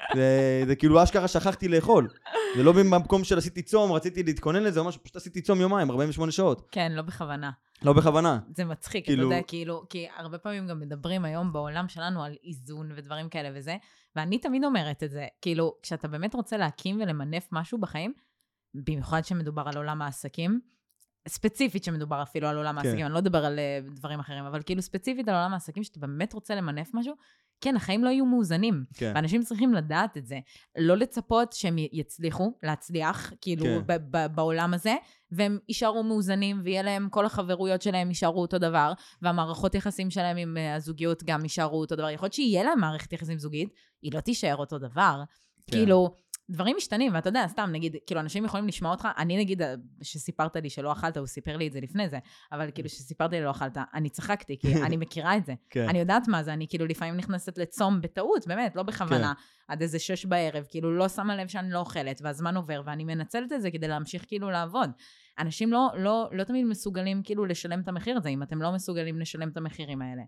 A: זה כאילו אשכרה שכחתי לאכול. זה לא במקום של עשיתי צום, רציתי להתכונן לזה, ממש פשוט עשיתי צום יומיים, 48 שעות.
B: כן, לא בכוונה.
A: לא בכוונה.
B: זה מצחיק, אתה יודע, כאילו, כי הרבה פעמים גם מדברים היום בעולם שלנו על איזון ודברים כאלה וזה, ואני תמיד אומרת את זה, כאילו, כשאתה באמת רוצה להקים ולמנף משהו בחיים, במיוחד שמדובר על עולם העסקים, ספציפית שמדובר אפילו על עולם העסקים, אני לא אדבר על דברים אחרים, אבל כאילו ספציפית על עולם העסקים, שאתה באמת רוצה למנף משהו, כן, החיים לא יהיו מאוזנים, ואנשים צריכים לדעת את זה. לא לצפות שהם יצליחו להצליח, כאילו, בעולם הזה, והם יישארו מאוזנים, ויהיה להם, כל החברויות שלהם יישארו אותו דבר, והמערכות יחסים שלהם עם הזוגיות גם יישארו אותו דבר. יכול להיות שיהיה להם מערכת יחסים זוגית, היא לא תישאר אותו דבר. כאילו, דברים משתנים, ואתה יודע, סתם, נגיד, כאילו, אנשים יכולים לשמוע אותך, אני נגיד, שסיפרת לי שלא אכלת, הוא סיפר לי את זה לפני זה, אבל כאילו, שסיפרתי לי לא אכלת, אני צחקתי, כי אני מכירה את זה. אני יודעת מה זה, אני כאילו לפעמים נכנסת לצום בטעות, באמת, לא בכוונה, עד איזה 6 בערב, כאילו, לא שמה לב שאני לא אוכלת, והזמן עובר, ואני מנצלת את זה כדי להמשיך כאילו לעבוד. אנשים לא תמיד מסוגלים כאילו לשלם את המחיר הזה, אם אתם לא מסוגלים לשלם את המחירים האלה.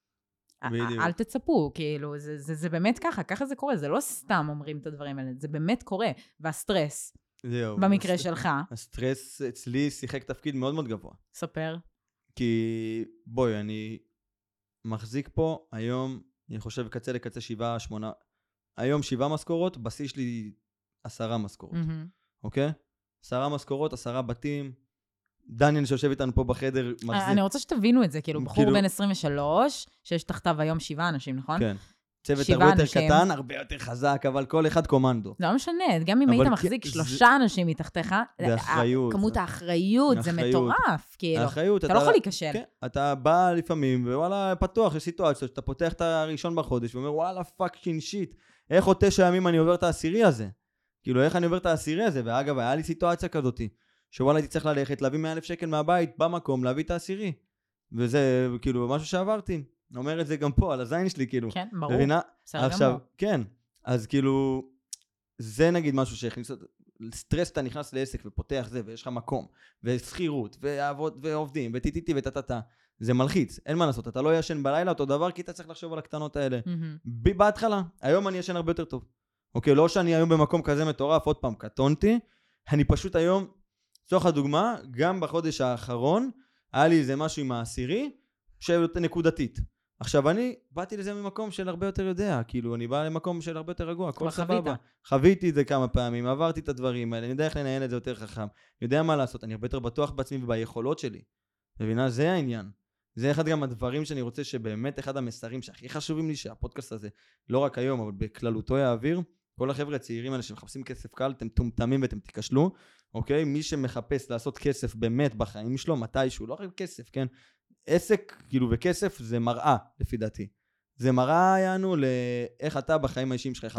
B: אל תצפו, כאילו, זה באמת ככה זה קורה, זה לא סתם אומרים את הדברים האלה, זה באמת קורה, והסטרס, במקרה שלך.
A: הסטרס אצלי שיחק תפקיד מאוד מאוד גבוה.
B: ספר.
A: כי בואי, אני מחזיק פה היום, אני חושב קצה לקצה 7-8, היום 7 משכורות, בשיא שלי 10 משכורות, אוקיי? 10 משכורות, 10 בתים, דניאל שיושב איתנו פה בחדר מחזיק.
B: אני רוצה שתבינו את זה, כאילו בחור בן 23, שיש תחתיו היום 7 אנשים, נכון?
A: כן. צוות הרבה יותר קטן, הרבה יותר חזק, אבל כל אחד קומנדו.
B: זה לא משנה, גם אם היית מחזיק 3 אנשים מתחתיך, כמות האחריות, זה מטורף, כאילו. אתה לא יכול להיכשל.
A: אתה בא לפעמים, ווואלה, פתוח, יש סיטואציות, שאתה פותח את הראשון בחודש, ואומר, וואלה, פאקינג שיט, איך עוד 9 ימים אני עובר את העשירי הזה? כאילו, איך אני עובר את העשירי הזה? ואגב, היה לי סיטואציה כזאת, שוואלה, הייתי צריך ללכת, להביא 100,000 שקל מהבית, במקום, להביא את העשירי. וזה, כאילו, משהו שעברתי. אומר את זה גם פה, על הזין שלי, כאילו.
B: כן, ברור.
A: מבינה?
B: בסדר
A: עכשיו,
B: גמור.
A: כן. אז כאילו, זה נגיד משהו שהכניס, סטרס אתה נכנס לעסק ופותח זה, ויש לך מקום, וסחירות, ועובדים, וטיטיטי וטטטה. זה מלחיץ, אין מה לעשות. אתה לא ישן בלילה אותו דבר, כי אתה צריך לחשוב על הקטנות האלה. בהתחלה, היום אני ישן הרבה יותר טוב. אוקיי, לא שאני היום במקום כזה מטורף, עוד פעם, קטונתי. אני פשוט היום, לצורך הדוגמה, גם בחודש האחרון, היה לי איזה משהו עם העשירי, נקודתית. עכשיו אני באתי לזה ממקום של הרבה יותר יודע, כאילו אני בא למקום של הרבה יותר רגוע, הכל סבבה. חוויתי את זה כמה פעמים, עברתי את הדברים האלה, אני יודע איך לנהל את זה יותר חכם, אני יודע מה לעשות, אני הרבה יותר בטוח בעצמי וביכולות שלי. מבינה? זה העניין. זה אחד גם הדברים שאני רוצה שבאמת אחד המסרים שהכי חשובים לי, שהפודקאסט הזה, לא רק היום, אבל בכללותו יעביר, כל החבר'ה הצעירים האלה שמחפשים כסף קל, אתם טומטמים ואתם תיכשלו, אוקיי? מי שמחפש לעשות כסף באמת בחיים שלו, מתישהו, לא רק כסף, כן? עסק, כאילו, וכסף זה מראה, לפי דעתי. זה מראה, יענו, לאיך אתה בחיים האישיים שלך,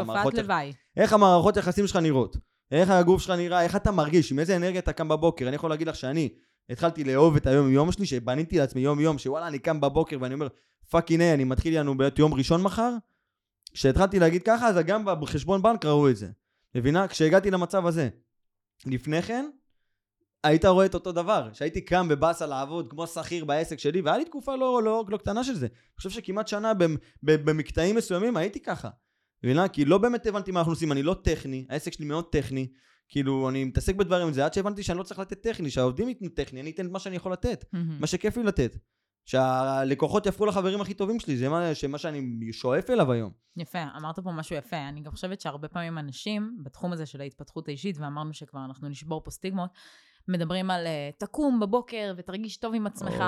A: איך המערכות יחסים שלך נראות, איך הגוף שלך נראה, איך אתה מרגיש, עם איזה אנרגיה אתה קם בבוקר. אני יכול להגיד לך שאני התחלתי לאהוב את היום יום שלי, שבניתי לעצמי יום יום, שוואלה, אני קם בבוקר ואני אומר, פאק הנה, אני מתחיל לנו ביום ראשון מחר. כשהתחלתי להגיד ככה, אז גם בחשבון בנק ראו את זה. מבינה? כשהגעתי למצב הזה, לפני כן, היית רואה את אותו דבר, שהייתי קם בבאסה לעבוד כמו שכיר בעסק שלי, והיה לי תקופה לא קטנה של זה. אני חושב שכמעט שנה במקטעים מסוימים הייתי ככה. מבינה? כי לא באמת הבנתי מה אנחנו עושים, אני לא טכני, העסק שלי מאוד טכני, כאילו אני מתעסק בדברים עם זה, עד שהבנתי שאני לא צריך לתת טכני, שהעובדים ייתנו טכני, אני אתן את מה שאני יכול לתת, מה שכיף לי לתת. שהלקוחות יפכו לחברים הכי טובים שלי, זה מה שאני שואף אליו היום.
B: יפה, אמרת פה משהו יפה. אני גם חושבת שהרבה פעמים אנשים, בתחום הזה של ההתפתחות האישית, ואמרנו שכבר אנחנו נשבור פה סטיגמות, מדברים על תקום בבוקר ותרגיש טוב עם עצמך,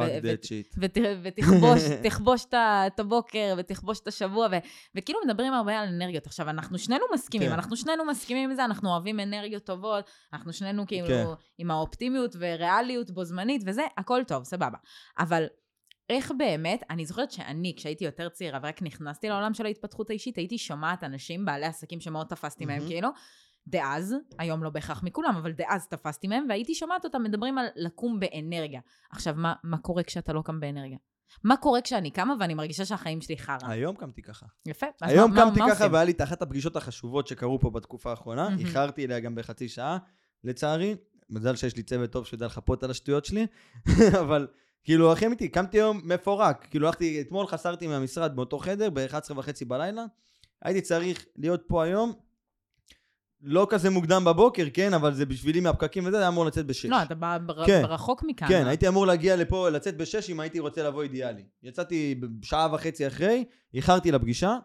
B: ותכבוש את הבוקר, ותכבוש את השבוע, וכאילו מדברים הרבה על אנרגיות. עכשיו, אנחנו שנינו מסכימים עם זה, אנחנו אוהבים אנרגיות טובות, אנחנו שנינו כאילו עם האופטימיות וריאליות בו זמנית, וזה, הכל טוב, סבבה. אבל איך באמת, אני זוכרת שאני, כשהייתי יותר צעירה, ורק נכנסתי לעולם של ההתפתחות האישית, הייתי שומעת אנשים, בעלי עסקים שמאוד תפסתי מהם, כאילו, דאז, היום לא בהכרח מכולם, אבל דאז תפסתי מהם, והייתי שומעת אותם מדברים על לקום באנרגיה. עכשיו, מה קורה כשאתה לא קם באנרגיה? מה קורה כשאני קמה ואני מרגישה שהחיים שלי חרה?
A: היום קמתי ככה.
B: יפה.
A: היום קמתי ככה, והיה לי את אחת הפגישות החשובות שקרו פה בתקופה האחרונה, איחרתי אליה גם בחצי שעה, לצערי, מזל שיש לי צוות טוב שיודע לחפות על השטויות שלי, אבל כאילו, הכי אמיתי, קמתי היום מפורק, כאילו, אתמול חסרתי מהמשרד באותו חדר, ב-11:30 בלילה, הייתי צריך להיות פה היום, לא כזה מוקדם בבוקר, כן, אבל זה בשבילי מהפקקים וזה, היה אמור לצאת ב-6.
B: לא, אתה בא רחוק מכאן.
A: כן, הייתי אמור להגיע לפה, לצאת ב-6 אם הייתי רוצה לבוא אידיאלי. יצאתי שעה וחצי אחרי, איחרתי לפגישה,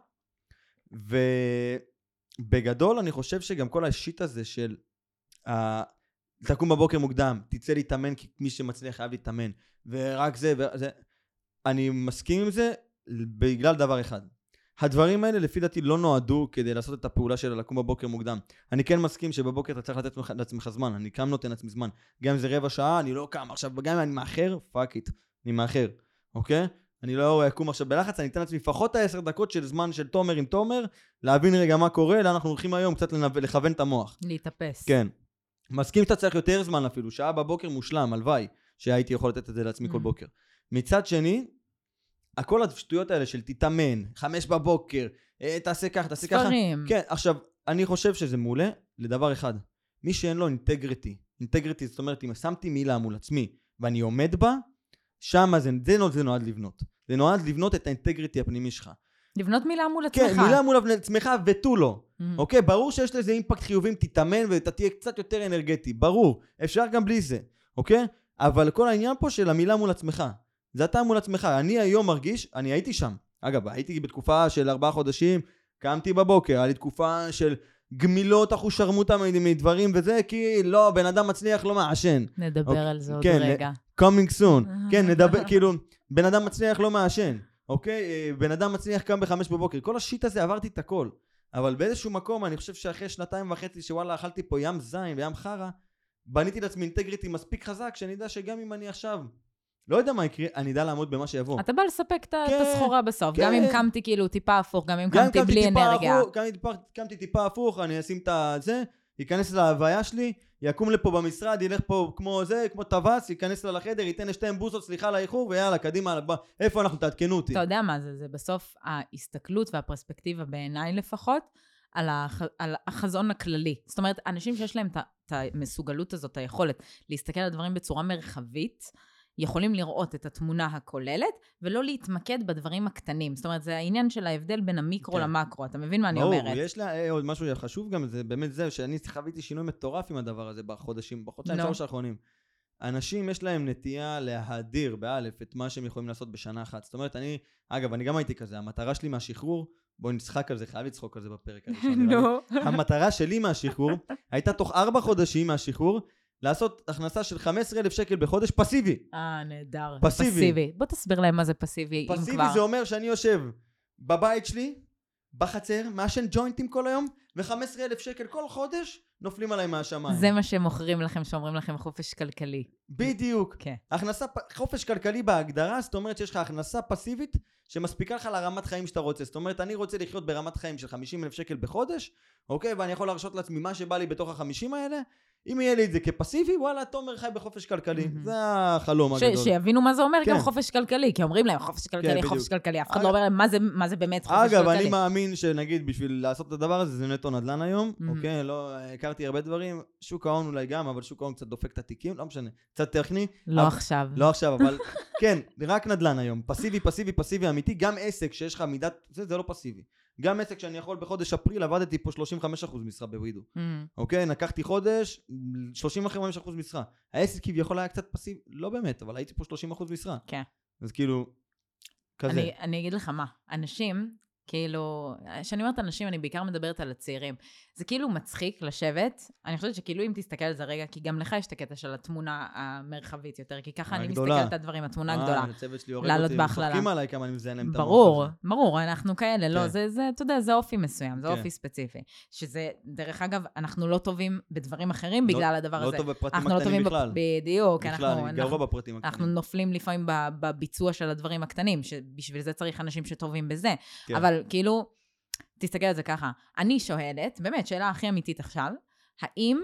A: ובגדול אני חושב שגם כל השיט הזה של תקום בבוקר מוקדם, תצא להתאמן, כי מי שמצליח חייב להתאמן, ורק זה, אני מסכים עם זה בגלל דבר אחד. הדברים האלה לפי דעתי לא נועדו כדי לעשות את הפעולה של לקום בבוקר מוקדם. אני כן מסכים שבבוקר אתה צריך לתת לעצמך זמן, אני קם נותן לעצמי זמן. גם אם זה רבע שעה, אני לא קם עכשיו, גם אם אני מאחר, פאק איט, אני מאחר, אוקיי? אני לא אקום עכשיו בלחץ, אני אתן לעצמי לפחות 10 דקות של זמן של תומר עם תומר, להבין רגע מה קורה, לאן אנחנו הולכים היום, קצת לכוון את המוח.
B: להתאפס.
A: כן. מסכים שאתה צריך יותר זמן אפילו, שעה בבוקר מושלם, הלוואי, שהייתי יכול לתת את זה לעצמי כל בוקר. מצד שני, כל השטויות האלה של תתאמן, 5 בבוקר, תעשה ככה, תעשה ככה.
B: ספרים.
A: כן, עכשיו, אני חושב שזה מעולה לדבר אחד. מי שאין לו אינטגריטי, זאת אומרת, אם שמתי מילה מול עצמי, ואני עומד בה, שם זה נועד לבנות. זה נועד לבנות את האינטגריטי הפנימי שלך.
B: לבנות מילה מול עצמך.
A: כן, מילה מול עצמך ותו לא. אוקיי, ברור שיש לזה אימפקט חיובים, תתאמן ואתה תהיה קצת יותר אנרגטי. ברור, אפשר גם בלי זה. אוקיי? אבל כל העניין פה של המילה מול עצמך. זה אתה מול עצמך. אני היום מרגיש, אני הייתי שם. אגב, הייתי בתקופה של 4 חודשים, קמתי בבוקר, היה לי תקופה של גמילות אחושרמוטה מדברים וזה, כי לא, בן אדם מצליח לא מעשן.
B: נדבר על זה עוד רגע.
A: coming soon. כן, נדבר, כאילו, בן אדם מצליח לא מעשן. אוקיי? בן אדם מצליח קם ב5 בבוקר. כל השיט הזה עברתי את הכל. אבל באיזשהו מקום, אני חושב שאחרי 2.5 שוואלה, אכלתי פה ים זין וים חרה, בניתי לעצמי אינטגריטי מספיק חזק, שאני יודע שגם אם אני עכשיו לא יודע מה יקרה, אני יודע לעמוד במה שיבוא.
B: אתה בא לספק את הסחורה בסוף, גם אם קמתי כאילו טיפה הפוך, גם אם קמתי בלי אנרגיה.
A: קמתי טיפה הפוך, אני אשים את זה, ייכנס להוויה שלי, יקום לפה במשרד, ילך פה כמו זה, כמו טווס, ייכנס לה לחדר, ייתן 2 בוסות, סליחה לאיחור, ויאללה, קדימה, איפה אנחנו, תעדכנו אותי.
B: אתה יודע מה זה, זה בסוף ההסתכלות והפרספקטיבה בעיניי לפחות, על החזון הכללי. זאת אומרת, אנשים שיש להם את המסוגלות הזאת, היכולת להסתכל על דברים בצורה מרחבית, יכולים לראות את התמונה הכוללת, ולא להתמקד בדברים הקטנים. זאת אומרת, זה העניין של ההבדל בין המיקרו למקרו. אתה מבין מה אני אומרת?
A: ברור, יש לה עוד משהו חשוב גם, זה באמת זה, שאני חוויתי שינוי מטורף עם הדבר הזה בחודשים 3 האחרונים. אנשים יש להם נטייה להדיר באלף את מה שהם יכולים לעשות בשנה אחת. זאת אומרת, אני גם הייתי כזה, המטרה שלי מהשחרור, בואי נצחק על זה, חייב לצחוק על זה בפרק הראשון. המטרה שלי מהשחרור, הייתה תוך 4 חודשים מהשחרור, לעשות הכנסה של 15,000 שקל בחודש פסיבי.
B: נהדר.
A: פסיבי.
B: בוא תסביר להם מה זה פסיבי.
A: פסיבי זה אומר שאני יושב בבית שלי, בחצר, מעשן ג'וינטים כל היום, ו15,000 שקל כל חודש נופלים עליי מהשמיים.
B: זה מה שמוכרים לכם, שאומרים לכם חופש כלכלי.
A: בדיוק. חופש כלכלי בהגדרה, זאת אומרת שיש לך הכנסה פסיבית, שמספיקה לך לרמת חיים שאתה רוצה. זאת אומרת, אני רוצה לחיות ברמת חיים של 50,000 שקל בחודש, אוקיי? ואני יכול להרשות לעצמי מה שבא לי בתוך ה50 האלה, אם יהיה לי את זה כפסיבי, וואלה, תומר חי בחופש כלכלי. זה החלום הגדול.
B: שיבינו מה זה אומר גם חופש כלכלי, כי אומרים להם חופש כלכלי, חופש כלכלי. אף אחד לא אומר להם מה זה באמת חופש כלכלי.
A: אגב, אני מאמין שנגיד בשביל לעשות את הדבר הזה, זה נטו נדל"ן היום, אוקיי? לא, הכרתי הרבה דברים, שוק ההון אולי גם, אבל שוק ההון קצת דופק את התיקים, לא משנה, קצת טכני.
B: לא עכשיו.
A: לא עכשיו, אבל כן, רק נדל"ן היום. פסיבי אמיתי, גם עסק שיש לך מידת, זה לא פסיבי. גם עסק שאני יכול בחודש אפריל, עבדתי פה 35% משרה בווידו. אוקיי? לקחתי חודש, 35% משרה. העסק כביכול היה קצת פסיבי, לא באמת, אבל הייתי פה 30% משרה.
B: כן.
A: אז כאילו, כזה.
B: אני אגיד לך מה, אנשים, כאילו, כשאני אומרת אנשים, אני בעיקר מדברת על הצעירים. זה כאילו מצחיק לשבת, אני חושבת שכאילו אם תסתכל על זה רגע, כי גם לך יש את הקטע של התמונה המרחבית יותר, כי ככה אני מסתכלת על הדברים, התמונה הגדולה.
A: הצוות שלי הורג אותי, מפחקים עליי כמה אני מזיין להם את המוח הזה.
B: ברור, אנחנו כאלה, לא, זה, אתה יודע, זה אופי מסוים, זה אופי ספציפי. שזה, דרך אגב, אנחנו לא טובים בדברים אחרים בגלל הדבר הזה.
A: לא טוב בפרטים הקטנים בכלל.
B: בדיוק,
A: אנחנו
B: נופלים לפעמים בביצוע של הדברים הקטנים, שבשביל זה צריך אנשים שטובים בזה. אבל כאילו, תסתכל על זה ככה, אני שואלת, באמת, שאלה הכי אמיתית עכשיו, האם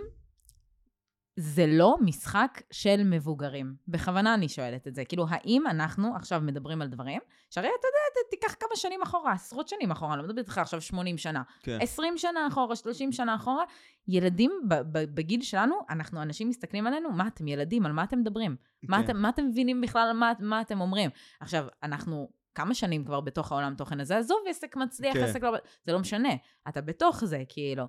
B: זה לא משחק של מבוגרים? בכוונה אני שואלת את זה, כאילו, האם אנחנו עכשיו מדברים על דברים, שהרי אתה יודע, תיקח כמה שנים אחורה, 10 שנים אחורה, לא מדברת לך עכשיו 80 שנה, 20 שנה אחורה, 30 שנה אחורה, ילדים בגיל שלנו, אנשים מסתכלים עלינו, מה אתם ילדים, על מה אתם מדברים? מה אתם מבינים בכלל, מה אתם אומרים? עכשיו, אנחנו כמה שנים כבר בתוך העולם תוכן הזה, עזוב עסק מצליח,
A: כן.
B: עסק לא, זה לא משנה, אתה בתוך זה, כאילו.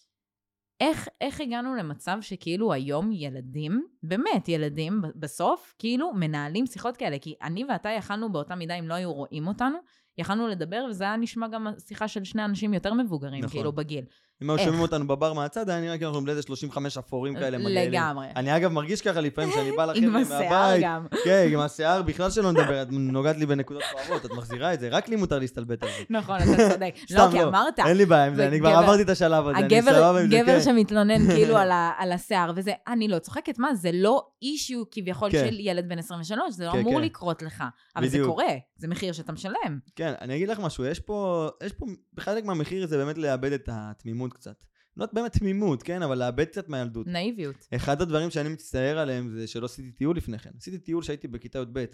B: איך הגענו למצב שכאילו היום ילדים, באמת ילדים בסוף, כאילו מנהלים שיחות כאלה, כי אני ואתה יכלנו באותה מידה, אם לא היו רואים אותנו, יכלנו לדבר, וזה היה נשמע גם שיחה של שני אנשים יותר מבוגרים,
A: נכון.
B: כאילו בגיל.
A: אם היו שומעים אותנו בבר מהצד, היה נראה כאילו אנחנו בלי 35 אפורים כאלה מגעילים.
B: לגמרי.
A: אני אגב מרגיש ככה לפעמים שאני בא לכם
B: עם
A: מהבית.
B: השיער גם.
A: כן, עם השיער בכלל שלא נדבר, את נוגעת לי בנקודות כואבות, את מחזירה את זה, רק לי מותר להסתלבט על זה.
B: נכון, אתה צודק. לא, כי אמרת.
A: אין לי בעיה עם זה, אני כבר עברתי את השלב הזה, אני סבבה עם זה,
B: הגבר שמתלונן כאילו על השיער, וזה, אני לא צוחקת, מה, זה לא אישיו כביכול של ילד בן 23, זה לא אמור לקרות לך, אבל זה קורה, זה מחיר שאתה משלם.
A: כן, אני אגיד לך משהו, יש פה, בחלק מהמחיר זה באמת לאבד את התמימות קצת. לא באמת תמימות, כן, אבל לאבד קצת מהילדות.
B: נאיביות.
A: אחד הדברים שאני מצטער עליהם זה שלא עשיתי טיול לפני כן. עשיתי טיול שהייתי בכיתה י"ב.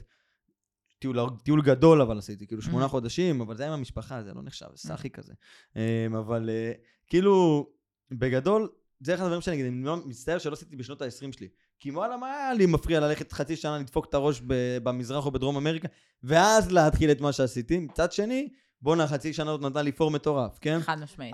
A: טיול גדול אבל עשיתי, כאילו 8 חודשים, אבל זה היה עם המשפחה, זה לא נחשב, זה סחי כזה. אבל כאילו, בגדול, זה אחד הדברים שאני אגיד, אני מצטער שלא עשיתי בשנות ה-20 שלי. כי וואלה, מה היה לי מפריע ללכת חצי שנה לדפוק את הראש במזרח או בדרום אמריקה, ואז להתחיל את מה שעשיתי. מצד שני, בואנה, חצי שנה עוד נתן לי פור מטורף, כן?
B: חד משמעית.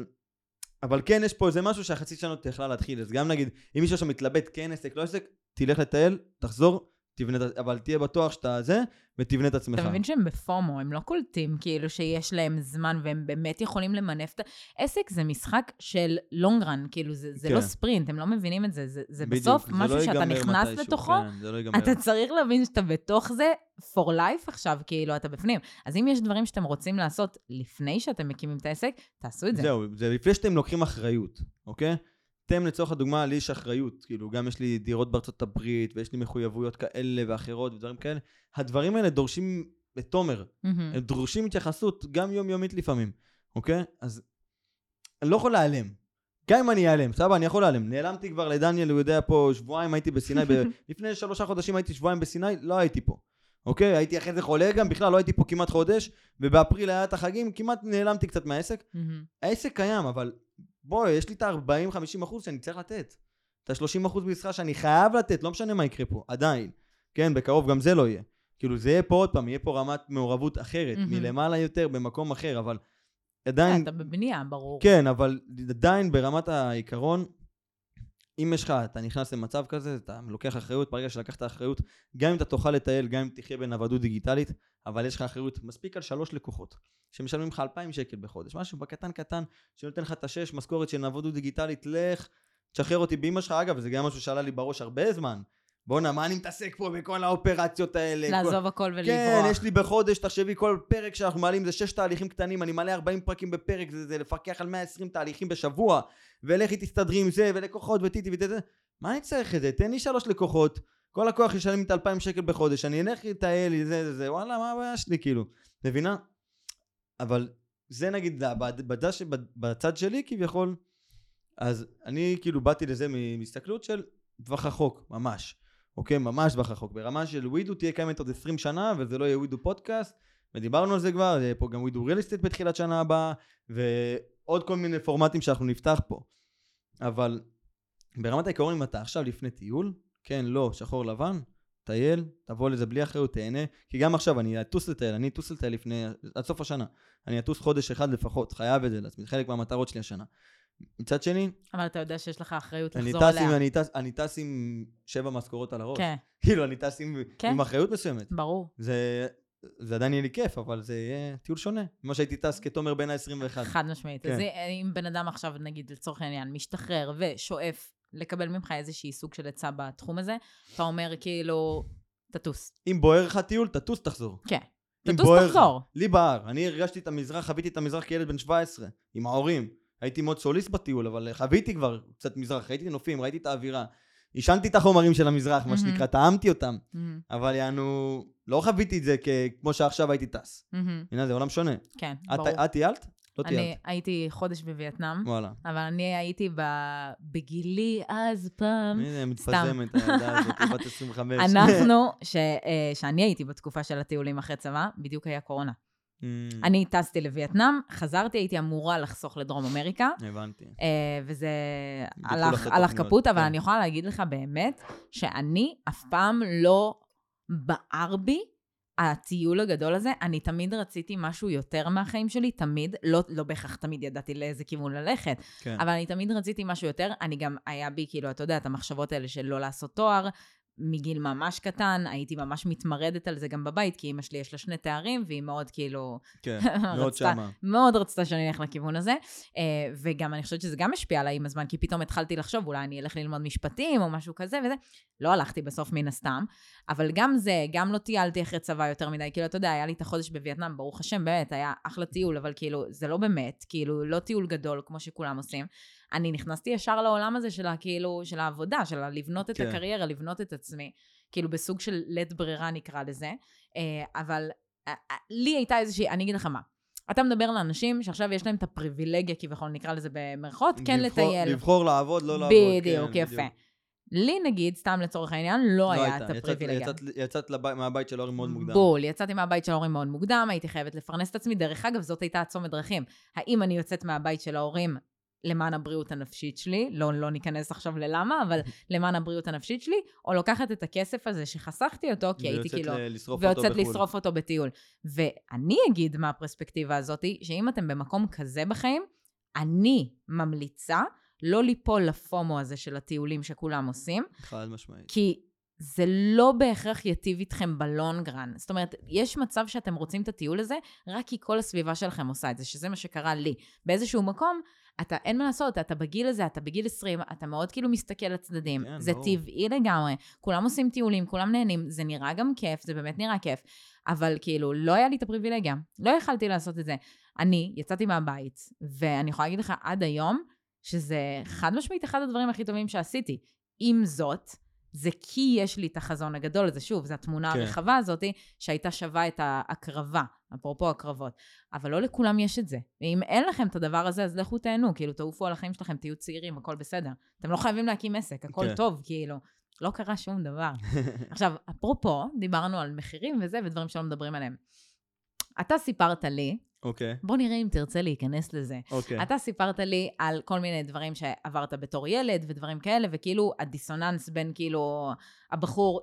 A: אבל כן, יש פה איזה משהו שהחצי שנה עוד תכלה להתחיל. אז גם נגיד, אם מישהו שם מתלבט, כן עסק, לא עסק, תלך לטייל, תחזור, תבנה, אבל תהיה בטוח שאתה זה, ותבנה את עצמך.
B: אתה מבין שהם בפומו, הם לא קולטים כאילו שיש להם זמן, והם באמת יכולים למנף את עסק זה משחק של לונגרן, כאילו זה לא ספרינט, הם לא מבינים את זה, זה בסוף משהו שאתה נכנס לתוכו, אתה צריך להבין שאתה בתוך זה for life עכשיו, כאילו אתה בפנים. אז אם יש דברים שאתם רוצים לעשות לפני שאתם מקימים את העסק, תעשו את זה.
A: זהו, זה לפני שאתם לוקחים אחריות, אוקיי? אתם לצורך הדוגמה, לי יש אחריות, כאילו גם יש לי דירות בארצות הברית, ויש לי מחויבויות כאלה ואחרות ודברים כאלה. הדברים האלה דורשים את תומר, הם דורשים התייחסות גם יומיומית לפעמים, אוקיי? אז אני לא יכול להיעלם. גם אם אני אעלם, סבבה, אני יכול להיעלם. נעלמתי כבר לדניאל, הוא יודע פה שבועיים הייתי בסיני, לפני 3 חודשים הייתי שבועיים בסיני, לא הייתי פה. אוקיי? הייתי אחרי זה חולה גם, בכלל לא הייתי פה כמעט חודש, ובאפריל היה את החגים, כמעט נעלמתי קצת מהעסק. העסק קיים, אבל בואי, יש לי את ה-40-50% שאני צריך לתת. את ה-30% במשרה שאני חייב לתת, לא משנה מה יקרה פה, עדיין. כן, בקרוב גם זה לא יהיה. כאילו זה יהיה פה עוד פעם, יהיה פה רמת מעורבות אחרת, מלמעלה יותר, במקום אחר, אבל עדיין...
B: אתה בבנייה, ברור.
A: כן, אבל עדיין ברמת העיקרון, אם יש לך, אתה נכנס למצב כזה, אתה לוקח אחריות, ברגע שלקחת אחריות, גם אם אתה תוכל לטייל, גם אם תחיה בנוודות דיגיטלית, אבל יש לך אחריות מספיק על 3 לקוחות, שמשלמים לך 2,000 שקל בחודש, משהו בקטן קטן, שנותן לך את 6 משכורת של נוודות דיגיטלית, לך, תשחרר אותי באמא שלך, אגב, וזה גם משהו שעלה לי בראש הרבה זמן, בוא'נה, מה אני מתעסק פה בכל האופרציות האלה?
B: לעזוב הכל ולברוח.
A: כן, יש לי בחודש, תחשבי, כל פרק שאנחנו מעלים זה 6 תהליכים קטנים, אני מעלה 40 פרקים בפרק, זה לפקח על 120 תהליכים בשבוע, ולכי תסתדרי עם זה, ולקוחות וטיטי וזה. מה אני צריך את זה? תן לי 3 לקוחות, כל לקוח ישלם את 2,000 שקל בחודש, אני אלך לטייל, זה, וואלה, מה הבעיה שלי, כאילו? מבינה? אבל זה נגיד, בצד שלי כביכול, אז אני כאילו באתי לזה מסתכלות של טווח רחוק, ממש. אוקיי, ממש טווח רחוק. ברמה של ווידו תהיה קיימת עוד 20 שנה, וזה לא יהיה ווידו פודקאסט, ודיברנו על זה כבר, יהיה פה גם ווידו ריל אסטייט בתחילת שנה הבאה, ועוד כל מיני פורמטים שאנחנו נפתח פה. אבל ברמת העיקרון, אם אתה עכשיו לפני טיול, כן, לא, שחור לבן, טייל, תבוא לזה בלי אחריות, תהנה, כי גם עכשיו אני אטוס לטייל לפני, עד סוף השנה, אני אטוס חודש אחד לפחות, חייב את זה לעצמי, חלק מהמטרות שלי השנה. מצד שני...
B: אבל אתה יודע שיש לך אחריות לחזור עליה.
A: אני טס עם 7 משכורות על הראש.
B: כן.
A: כאילו, אני טס עם אחריות מסוימת.
B: ברור.
A: זה עדיין יהיה לי כיף, אבל זה יהיה טיול שונה. כמו שהייתי טס כתומר בין ה-21.
B: חד משמעית. אז אם בן אדם עכשיו, נגיד, לצורך העניין, משתחרר ושואף לקבל ממך איזושהי סוג של עצה בתחום הזה, אתה אומר כאילו, תטוס.
A: אם בוער לך טיול, תטוס, תחזור.
B: כן. תטוס, תחזור.
A: לי בער. אני הרגשתי את המזרח, חוויתי את המזרח כילד בן 17, עם ההורים. הייתי מאוד סוליסט בטיול, אבל חוויתי כבר קצת מזרח, ראיתי נופים, ראיתי את האווירה, ישנתי את החומרים של המזרח, מה שנקרא, טעמתי אותם, אבל יענו, לא חוויתי את זה כמו שעכשיו הייתי טס. הנה, זה עולם שונה.
B: כן, ברור.
A: את טיילת? לא טיילת.
B: אני הייתי חודש בווייטנאם,
A: וואלה.
B: אבל אני הייתי בגילי אז פעם,
A: הנה, מתפזמת הילדה הזאת, בת 25.
B: אנחנו, שאני הייתי בתקופה של הטיולים אחרי צבא, בדיוק היה קורונה. אני טסתי לווייטנאם, חזרתי, הייתי אמורה לחסוך לדרום אמריקה.
A: הבנתי.
B: וזה הלך כפות, אבל אני יכולה להגיד לך באמת, שאני אף פעם לא בער בי הטיול הגדול הזה, אני תמיד רציתי משהו יותר מהחיים שלי, תמיד, לא בהכרח תמיד ידעתי לאיזה כיוון ללכת,
A: כן.
B: אבל אני תמיד רציתי משהו יותר, אני גם היה בי, כאילו, אתה יודע, את המחשבות האלה של לא לעשות תואר, מגיל ממש קטן, הייתי ממש מתמרדת על זה גם בבית, כי אמא שלי יש לה 2 תארים, והיא מאוד כאילו...
A: כן, מאוד שמה.
B: מאוד רצתה שאני אלך לכיוון הזה, וגם אני חושבת שזה גם משפיע עליי עם הזמן, כי פתאום התחלתי לחשוב, אולי אני אלך ללמוד משפטים או משהו כזה וזה, לא הלכתי בסוף מן הסתם, אבל גם זה, גם לא טיילתי אחרי צבא יותר מדי, כאילו, אתה יודע, היה לי את החודש בווייטנאם, ברוך השם, באמת, היה אחלה טיול, אבל כאילו, זה לא באמת, כאילו, לא טיול גדול כמו שכולם עושים. אני נכנסתי ישר לעולם הזה של כאילו, של העבודה, של לבנות את הקריירה, לבנות את עצמי, כאילו בסוג של לית ברירה נקרא לזה, אבל לי הייתה איזושהי, אני אגיד לך מה, אתה מדבר לאנשים שעכשיו יש להם את הפריבילגיה, כביכול נקרא לזה במרכאות, כן לטייל.
A: לבחור לעבוד, לא לעבוד.
B: בדיוק, יפה. לי נגיד, סתם לצורך העניין, לא היה את הפריבילגיה.
A: יצאת מהבית של ההורים מאוד מוקדם.
B: בול, יצאתי מהבית של ההורים מאוד מוקדם, הייתי חייבת לפרנס את עצמי, דרך אגב, זאת הייתה צומת דרכים. האם אני יוצאת מהבית של ההורים למען הבריאות הנפשית שלי, לא ניכנס עכשיו ללמה, אבל למען הבריאות הנפשית שלי, או לוקחת את הכסף הזה שחסכתי אותו, כי הייתי כאילו, ויוצאת לשרוף אותו בטיול. ואני אגיד מהפרספקטיבה הזאת, שאם אתם במקום כזה בחיים, אני ממליצה לא ליפול לפומו הזה של הטיולים שכולם עושים.
A: חד משמעית.
B: כי זה לא בהכרח יטיב איתכם בלונגרן. זאת אומרת, יש מצב שאתם רוצים את הטיול הזה, רק כי כל הסביבה שלכם עושה את זה, שזה מה שקרה לי. באיזשהו מקום, אין מה לעשות, אתה בגיל הזה, אתה בגיל 20, אתה מאוד כאילו מסתכל לצדדים. כן, זה טבעי לגמרי. כולם עושים טיולים, כולם נהנים, זה נראה גם כיף, זה באמת נראה כיף. אבל כאילו, לא היה לי את הפריבילגיה. לא יכלתי לעשות את זה. אני יצאתי מהבית, ואני יכולה להגיד לך עד היום, שזה חד משמעית אחד הדברים הכי טובים שעשיתי. עם זאת, זה כי יש לי את החזון הגדול הזה, שוב, זו התמונה הרחבה הזאת, שהייתה שווה את ההקרבה, אפרופו הקרבות. אבל לא לכולם יש את זה. ואם אין לכם את הדבר הזה, אז לכו תהנו, כאילו, תעופו על החיים שלכם, תהיו צעירים, הכל בסדר. אתם לא חייבים להקים עסק, הכל טוב, כאילו. לא קרה שום דבר. עכשיו, אפרופו, דיברנו על מחירים וזה, ודברים שלא מדברים עליהם. אתה סיפרת לי, בוא נראה אם תרצה להיכנס לזה. אתה סיפרת לי על כל מיני דברים שעברת בתור ילד ודברים כאלה, וכאילו הדיסוננס בין כאילו הבחור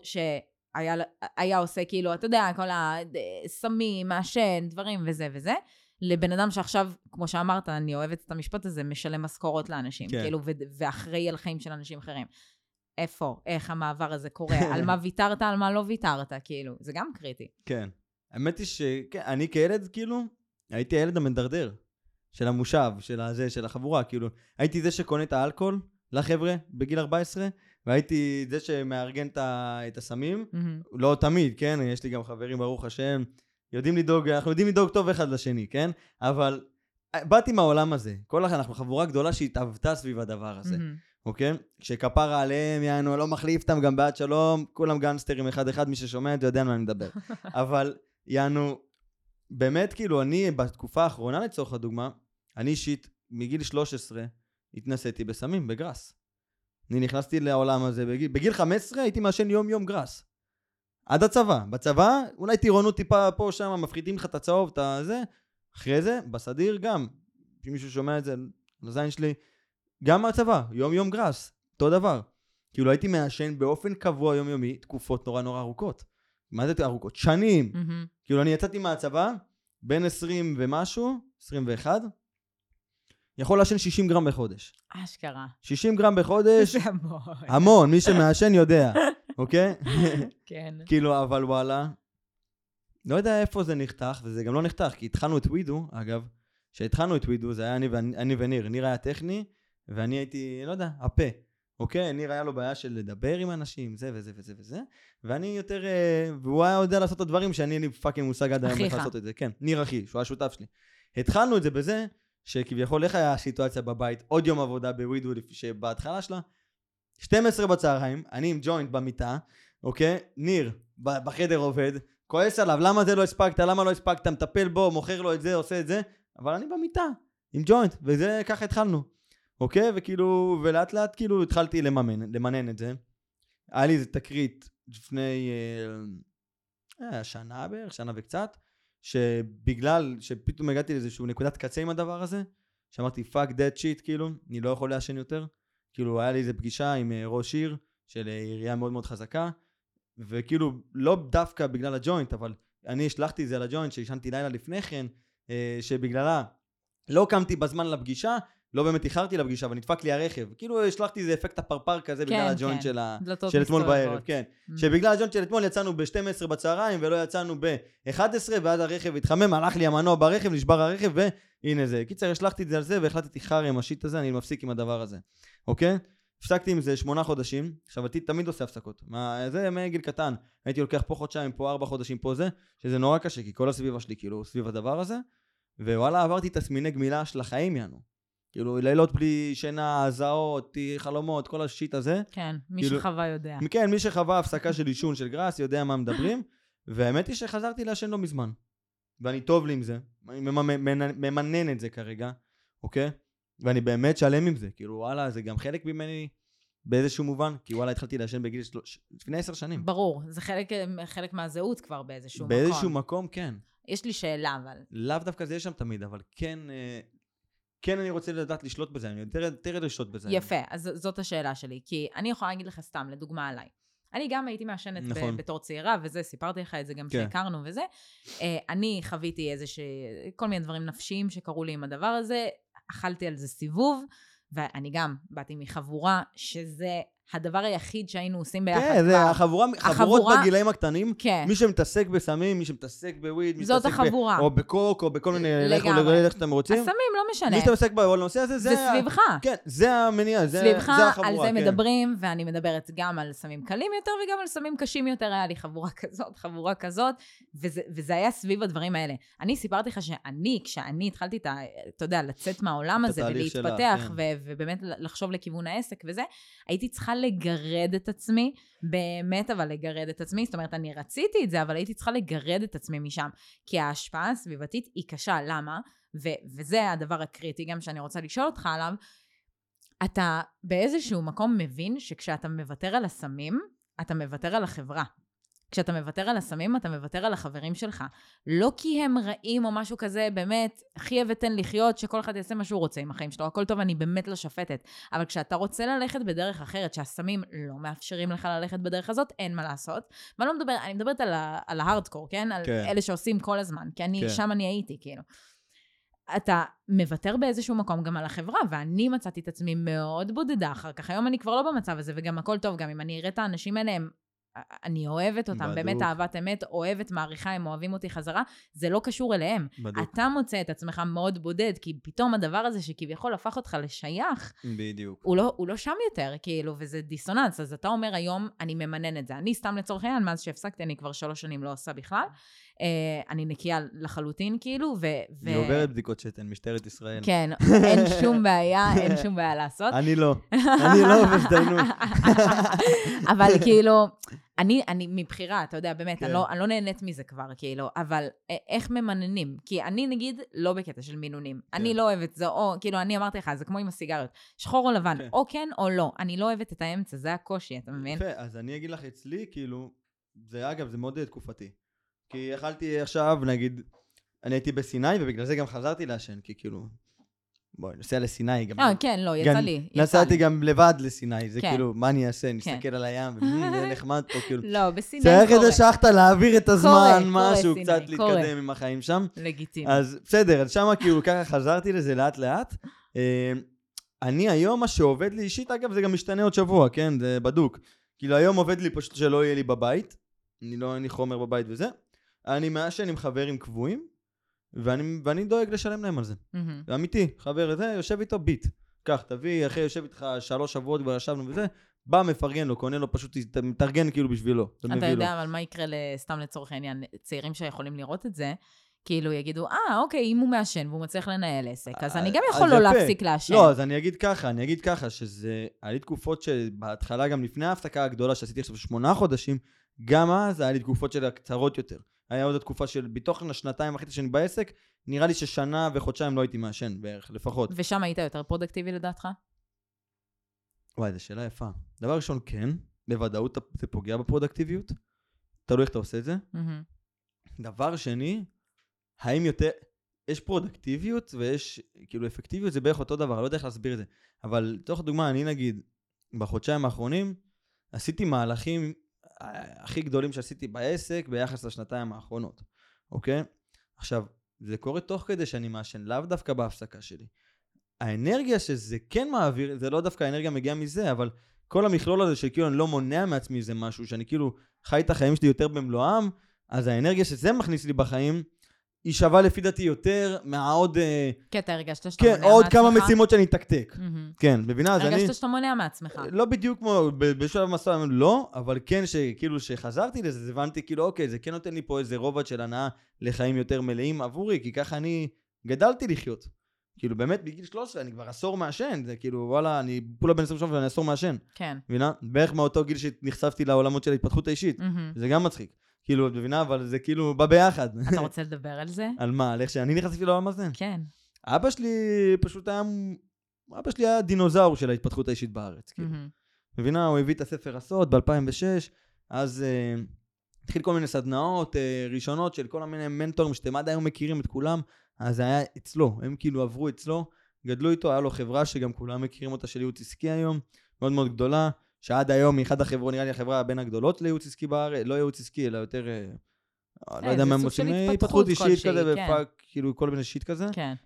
B: שהיה עושה כאילו, אתה יודע, כל הסמים, מעשן, דברים וזה וזה, לבן אדם שעכשיו, כמו שאמרת, אני אוהבת את המשפט הזה, משלם משכורות לאנשים, כאילו, ואחראי על חיים של אנשים אחרים. איפה, איך המעבר הזה קורה, על מה ויתרת, על מה לא ויתרת, כאילו, זה גם קריטי.
A: כן. האמת היא שאני כילד, כאילו, הייתי הילד המדרדר של המושב, של החבורה, כאילו, הייתי זה שקונה את האלכוהול לחבר'ה בגיל 14, והייתי זה שמארגן את הסמים, לא תמיד, כן, יש לי גם חברים, ברוך השם, אנחנו יודעים לדאוג טוב אחד לשני, כן, אבל באתי מהעולם הזה, אנחנו חבורה גדולה שהתאבטה סביב הדבר הזה, אוקיי? כשכפרה עליהם, יענו, לא מחליף אותם גם בעד שלום, כולם גנסטרים אחד, מי ששומע את זה יודע על מה אני מדבר, אבל יענו, באמת, כאילו, אני בתקופה האחרונה לצורך הדוגמה, אני אישית, מגיל 13, התנסיתי בסמים, בגרס. אני נכנסתי לעולם הזה, בגיל 15 הייתי מעשן יום גרס. עד הצבא. בצבא, אולי טירונות טיפה פה שם, מפחידים לך את הצהוב, את זה. אחרי זה, בסדיר גם, אם מישהו שומע את זה, לזין שלי, גם מהצבא, יום גרס, אותו דבר. כאילו, הייתי מעשן באופן קבוע יומיומי, תקופות נורא ארוכות. מה זה ארוכות? שנים. כאילו, אני יצאתי מהצבא, בין 20 ומשהו, 21, יכול לעשן 60 גרם בחודש.
B: אשכרה.
A: 60 גרם בחודש.
B: זה המון.
A: המון, מי שמעשן יודע, אוקיי?
B: כן.
A: כאילו, אבל וואלה, לא יודע איפה זה נחתך, וזה גם לא נחתך, כי התחלנו את ווידו, אגב, כשהתחלנו את ווידו, זה היה אני וניר. ניר היה טכני, ואני הייתי, לא יודע, הפה. אוקיי? ניר היה לו בעיה של לדבר עם אנשים, זה וזה וזה וזה, ואני יותר, והוא היה יודע לעשות את הדברים שאני אין לי פאקינג מושג עד היום איך לעשות את זה. כן, ניר אחי, שהוא השותף שלי. התחלנו את זה בזה, שכביכול איך היה הסיטואציה בבית, עוד יום עבודה בווידו, שבהתחלה שלה, 12 בצהריים, אני עם ג'וינט במיטה, אוקיי? ניר בחדר עובד, כועס עליו, למה זה לא הספקת, למה לא הספקת, מטפל בו, מוכר לו את זה, עושה את זה, אבל אני במיטה, עם ג'וינט, וזה ככה התחלנו. אוקיי? וכאילו, ולאט לאט כאילו התחלתי למנן את זה. היה לי איזה תקרית לפני שנה בערך, שנה וקצת, שבגלל שפתאום הגעתי לאיזשהו נקודת קצה עם הדבר הזה, שאמרתי, fuck that shit, כאילו, אני לא יכול לעשן יותר. כאילו, היה לי איזה פגישה עם ראש עיר, של עירייה מאוד מאוד חזקה, וכאילו, לא דווקא בגלל הג'וינט, אבל אני השלחתי את זה לג'וינט, שישנתי לילה לפני כן, שבגללה לא קמתי בזמן לפגישה, לא באמת איחרתי לפגישה, אבל נדפק לי הרכב. כאילו השלחתי איזה אפקט הפרפר כזה בגלל הג'וינט של אתמול בערב. כן. שבגלל הג'וינט של אתמול יצאנו ב-12 בצהריים, ולא יצאנו ב-11, ואז הרכב התחמם, הלך לי המנוע ברכב, נשבר הרכב, והנה זה. קיצר, השלחתי את זה על זה, והחלטתי חרי עם השיט הזה, אני מפסיק עם הדבר הזה. אוקיי? הפסקתי עם זה 8 חודשים, עכשיו אני תמיד עושה הפסקות. זה מגיל קטן. הייתי לוקח פה חודשיים, פה 4 חודשים, פה זה, שזה נורא קשה, כי כל הסביבה שלי, כאילו, סביב הדבר הזה. ווואלה, עברתי תסמיני גמילה של החיים, יענו. כאילו, לילות בלי שינה, הזעות, חלומות, כל השיט הזה.
B: כן, מי שחווה יודע.
A: כן, מי שחווה הפסקה של עישון של גראס, יודע מה מדברים. והאמת היא שחזרתי לעשן לא מזמן. ואני טוב לי עם זה. אני ממנן את זה כרגע, אוקיי? ואני באמת שלם עם זה. כאילו, וואלה, זה גם חלק ממני באיזשהו מובן, כי וואלה, התחלתי לעשן בגיל לפני 10 שנים.
B: ברור, זה חלק מהזהות כבר באיזשהו מקום.
A: באיזשהו מקום, כן.
B: יש לי שאלה, אבל...
A: לאו דווקא זה יש שם תמיד, אבל כן אני רוצה לדעת לשלוט בזה, אני יותר לשלוט בזה.
B: יפה, אז זאת השאלה שלי, כי אני יכולה להגיד לך סתם, לדוגמה עליי. אני גם הייתי מעשנת בתור צעירה, וזה, סיפרתי לך את זה גם שהכרנו וזה. אני חוויתי כל מיני דברים נפשיים שקרו לי עם הדבר הזה, אכלתי על זה סיבוב, ואני גם באתי מחבורה שזה הדבר היחיד שהיינו עושים ביחד.
A: כן, זה החבורות בגילאים הקטנים. כן. מי שמתעסק בסמים, מי שמתעסק בוויד,
B: זאת החבורה.
A: או בקוק, או בכל מיני איך שאתם רוצים.
B: הסמים לא משנה.
A: מי שמתעסק בנושא הזה,
B: זה סביבך.
A: כן, זה המניע, זה החבורה.
B: סביבך, על זה מדברים, ואני מדברת גם על סמים קלים יותר, וגם על סמים קשים יותר. היה לי חבורה כזאת, וזה היה סביב הדברים האלה. אני סיפרתי לך כשאני התחלתי, אתה יודע, לצאת מהעולם הזה, ולהתפתח, ובאמת לחשוב לכיוון העסק וזה, הייתי צריכה לגרד את עצמי, באמת אבל לגרד את עצמי, זאת אומרת אני רציתי את זה, אבל הייתי צריכה לגרד את עצמי משם, כי ההשפעה הסביבתית היא קשה, למה? וזה הדבר הקריטי גם שאני רוצה לשאול אותך עליו, אתה באיזשהו מקום מבין שכשאתה מוותר על הסמים, אתה מוותר על החברה. כשאתה מוותר על הסמים, אתה מוותר על החברים שלך. לא כי הם רעים או משהו כזה, באמת, חיה ותן לחיות, שכל אחד יעשה מה שהוא רוצה עם החיים שלו. הכל טוב, אני באמת לא שפטת. אבל כשאתה רוצה ללכת בדרך אחרת, שהסמים לא מאפשרים לך ללכת בדרך הזאת, אין מה לעשות. אני מדברת על ההארדקור, כן? על אלה שעושים כל הזמן, כי שם אני הייתי, כאילו. אתה מוותר באיזשהו מקום גם על החברה, ואני מצאתי את עצמי מאוד בודדה אחר כך. היום אני כבר לא במצב הזה, וגם הכל טוב, גם אם אני אראה את האנשים האלה, אני אוהבת אותם, בדוק. באמת אהבת אמת, אוהבת, מעריכה, הם אוהבים אותי חזרה, זה לא קשור אליהם. בדוק. אתה מוצא את עצמך מאוד בודד, כי פתאום הדבר הזה שכביכול הפך אותך לשייך,
A: בדיוק.
B: הוא לא שם יותר, כאילו, וזה דיסוננס, אז אתה אומר היום, אני ממנן את זה. אני סתם לצורך העניין, מאז שהפסקתי, אני כבר 3 שנים לא עושה בכלל, אני נקייה לחלוטין, כאילו,
A: אני עוברת בדיקות שתן, משטרת ישראל.
B: כן, אין שום בעיה לעשות.
A: אני לא עובדת,
B: אבל כאילו, אני מבחירה, אתה יודע, באמת, אני לא נהנית מזה כבר, כאילו, אבל איך ממננים? כי אני, נגיד, לא בקטע של מינונים. אני לא אוהבת זה, או, כאילו, אני אמרתי לך, זה כמו עם הסיגריות, שחור או לבן, או כן או לא. אני לא אוהבת את האמצע, זה הקושי, אתה מבין?
A: יפה, אז אני אגיד לך אצלי, כאילו, זה אגב, זה מאוד תקופתי. כי יכלתי עכשיו, נגיד, אני הייתי בסיני, ובגלל זה גם חזרתי לעשן, כי כאילו, בואי, נוסע לסיני גם.
B: כן, לא, יצא לי.
A: נסעתי גם לבד לסיני, זה כאילו, מה אני אעשה? נסתכל על הים, זה נחמד פה, כאילו.
B: לא, בסיני
A: קורה. צריך איזה שחת להעביר את הזמן, משהו, קצת להתקדם עם החיים שם.
B: לגיטימי.
A: אז בסדר, אז שמה כאילו, ככה חזרתי לזה לאט לאט. אני היום, מה שעובד לי אישית, אגב, זה גם משתנה עוד שבוע, כן? זה בדוק. כאילו, היום עובד לי פשוט שלא יהיה לי בבית. אין לי חומר בבית וזה. אני מעשן עם חברים קבועים, ואני דואג לשלם להם על זה. זה אמיתי, חבר הזה, יושב איתו ביט. כך, תביא, אחרי יושב איתך 3 שבועות כבר ישבנו וזה, בא מפרגן לו, קונה לו פשוט, מתארגן כאילו בשבילו.
B: אתה יודע, אבל מה יקרה סתם לצורך העניין, צעירים שיכולים לראות את זה, כאילו יגידו, אוקיי, אם הוא מעשן והוא מצליח לנהל עסק, אז אני גם יכול לא להפסיק לעשן.
A: לא, אז אני אגיד ככה, שזה, היה לי תקופות שבהתחלה, גם לפני ההפסקה הגדולה שעשיתי עכשיו 8 חודשים, גם אז היה לי תקופות של קצרות יותר. היה עוד התקופה של בתוך 2.5 שאני בעסק, נראה לי ששנה וחודשיים לא הייתי מעשן בערך, לפחות.
B: ושם היית יותר פרודקטיבי לדעתך?
A: וואי, זו שאלה יפה. דבר ראשון, כן, בוודאות זה פוגע בפרודקטיביות. תלוי איך אתה עושה את זה. דבר שני, האם יותר, יש פרודקטיביות ויש כאילו אפקטיביות, זה בערך אותו דבר, אני לא יודע איך להסביר את זה. אבל תוך דוגמה, אני נגיד, בחודשיים האחרונים, עשיתי מהלכים הכי גדולים שעשיתי בעסק ביחס לשנתיים האחרונות. אוקיי? עכשיו, זה קורה תוך כדי שאני מעשן, לאו דווקא בהפסקה שלי. האנרגיה שזה כן מעביר, זה לא דווקא האנרגיה מגיעה מזה, אבל כל המכלול הזה שכאילו אני לא מונע מעצמי זה משהו, שאני כאילו חי את החיים שלי יותר במלואם, אז האנרגיה שזה מכניס לי בחיים, היא שווה לפי דעתי יותר מהעוד...
B: כן, אתה הרגשת שאתה מונע
A: כן,
B: מעצמך?
A: עוד כמה משימות שאני אתקתק. כן, מבינה?
B: הרגשת שאתה מונע מעצמך.
A: לא בדיוק כמו בשלב מסוים, לא, אבל כן שכאילו שחזרתי לזה, הבנתי כאילו אוקיי, זה כן נותן לי פה איזה רובד של הנאה לחיים יותר מלאים עבורי, כי ככה אני גדלתי לחיות. כאילו באמת בגיל 13 אני כבר עשור מעשן, זה כאילו וואלה, אני פולה בן 23 ואני עשור מעשן.
B: כן.
A: מבינה? בערך מאותו גיל שנחשפתי לעולמות של ההתפתחות האישית. זה גם מצחיק. כאילו, את מבינה, אבל זה כאילו בא ביחד.
B: אתה רוצה לדבר על זה?
A: על מה? על איך שאני נכנסתי לעולם הזה?
B: כן.
A: אבא שלי פשוט היה... אבא שלי היה דינוזאור של ההתפתחות האישית בארץ. כאילו. מבינה? הוא הביא את הספר הסוד ב-2006, אז התחיל כל מיני סדנאות ראשונות של כל מיני מנטורים שאתם עד היום מכירים את כולם, אז זה היה אצלו, הם כאילו עברו אצלו, גדלו איתו, היה לו חברה שגם כולם מכירים אותה של ייעוץ עסקי היום, מאוד מאוד גדולה, שעד היום היא אחד החברות, נראה לי החברה בין הגדולות לייעוץ עסקי בארץ, לא ייעוץ עסקי, אלא יותר, לא יודע מה הם עושים, התפתחות אישית כזה, ופאק, כאילו כל מיני שיט כזה.
B: כן.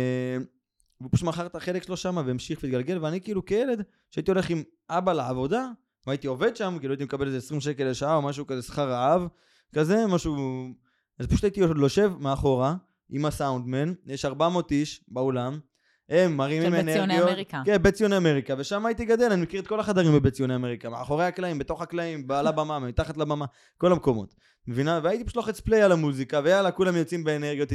A: והוא פשוט מכר את החלק שלו שם, והמשיך והתגלגל, ואני כאילו כילד, שהייתי הולך עם אבא לעבודה, והייתי עובד שם, כאילו הייתי מקבל איזה 20 שקל לשעה, או משהו כזה, שכר רעב, כזה, משהו, אז פשוט הייתי יושב מאחורה, עם הסאונדמן, יש 400 איש באולם, הם מרימים אנרגיות. של בית ציוני אמריקה. כן, בית ציוני אמריקה, ושם הייתי גדל, אני מכיר את כל החדרים בבית ציוני אמריקה, מאחורי הקלעים, בתוך הקלעים, על הבמה, מתחת לבמה, כל המקומות. מבינה? והייתי פשוט לוחץ פליי על המוזיקה, ויאללה, כולם יוצאים באנרגיות,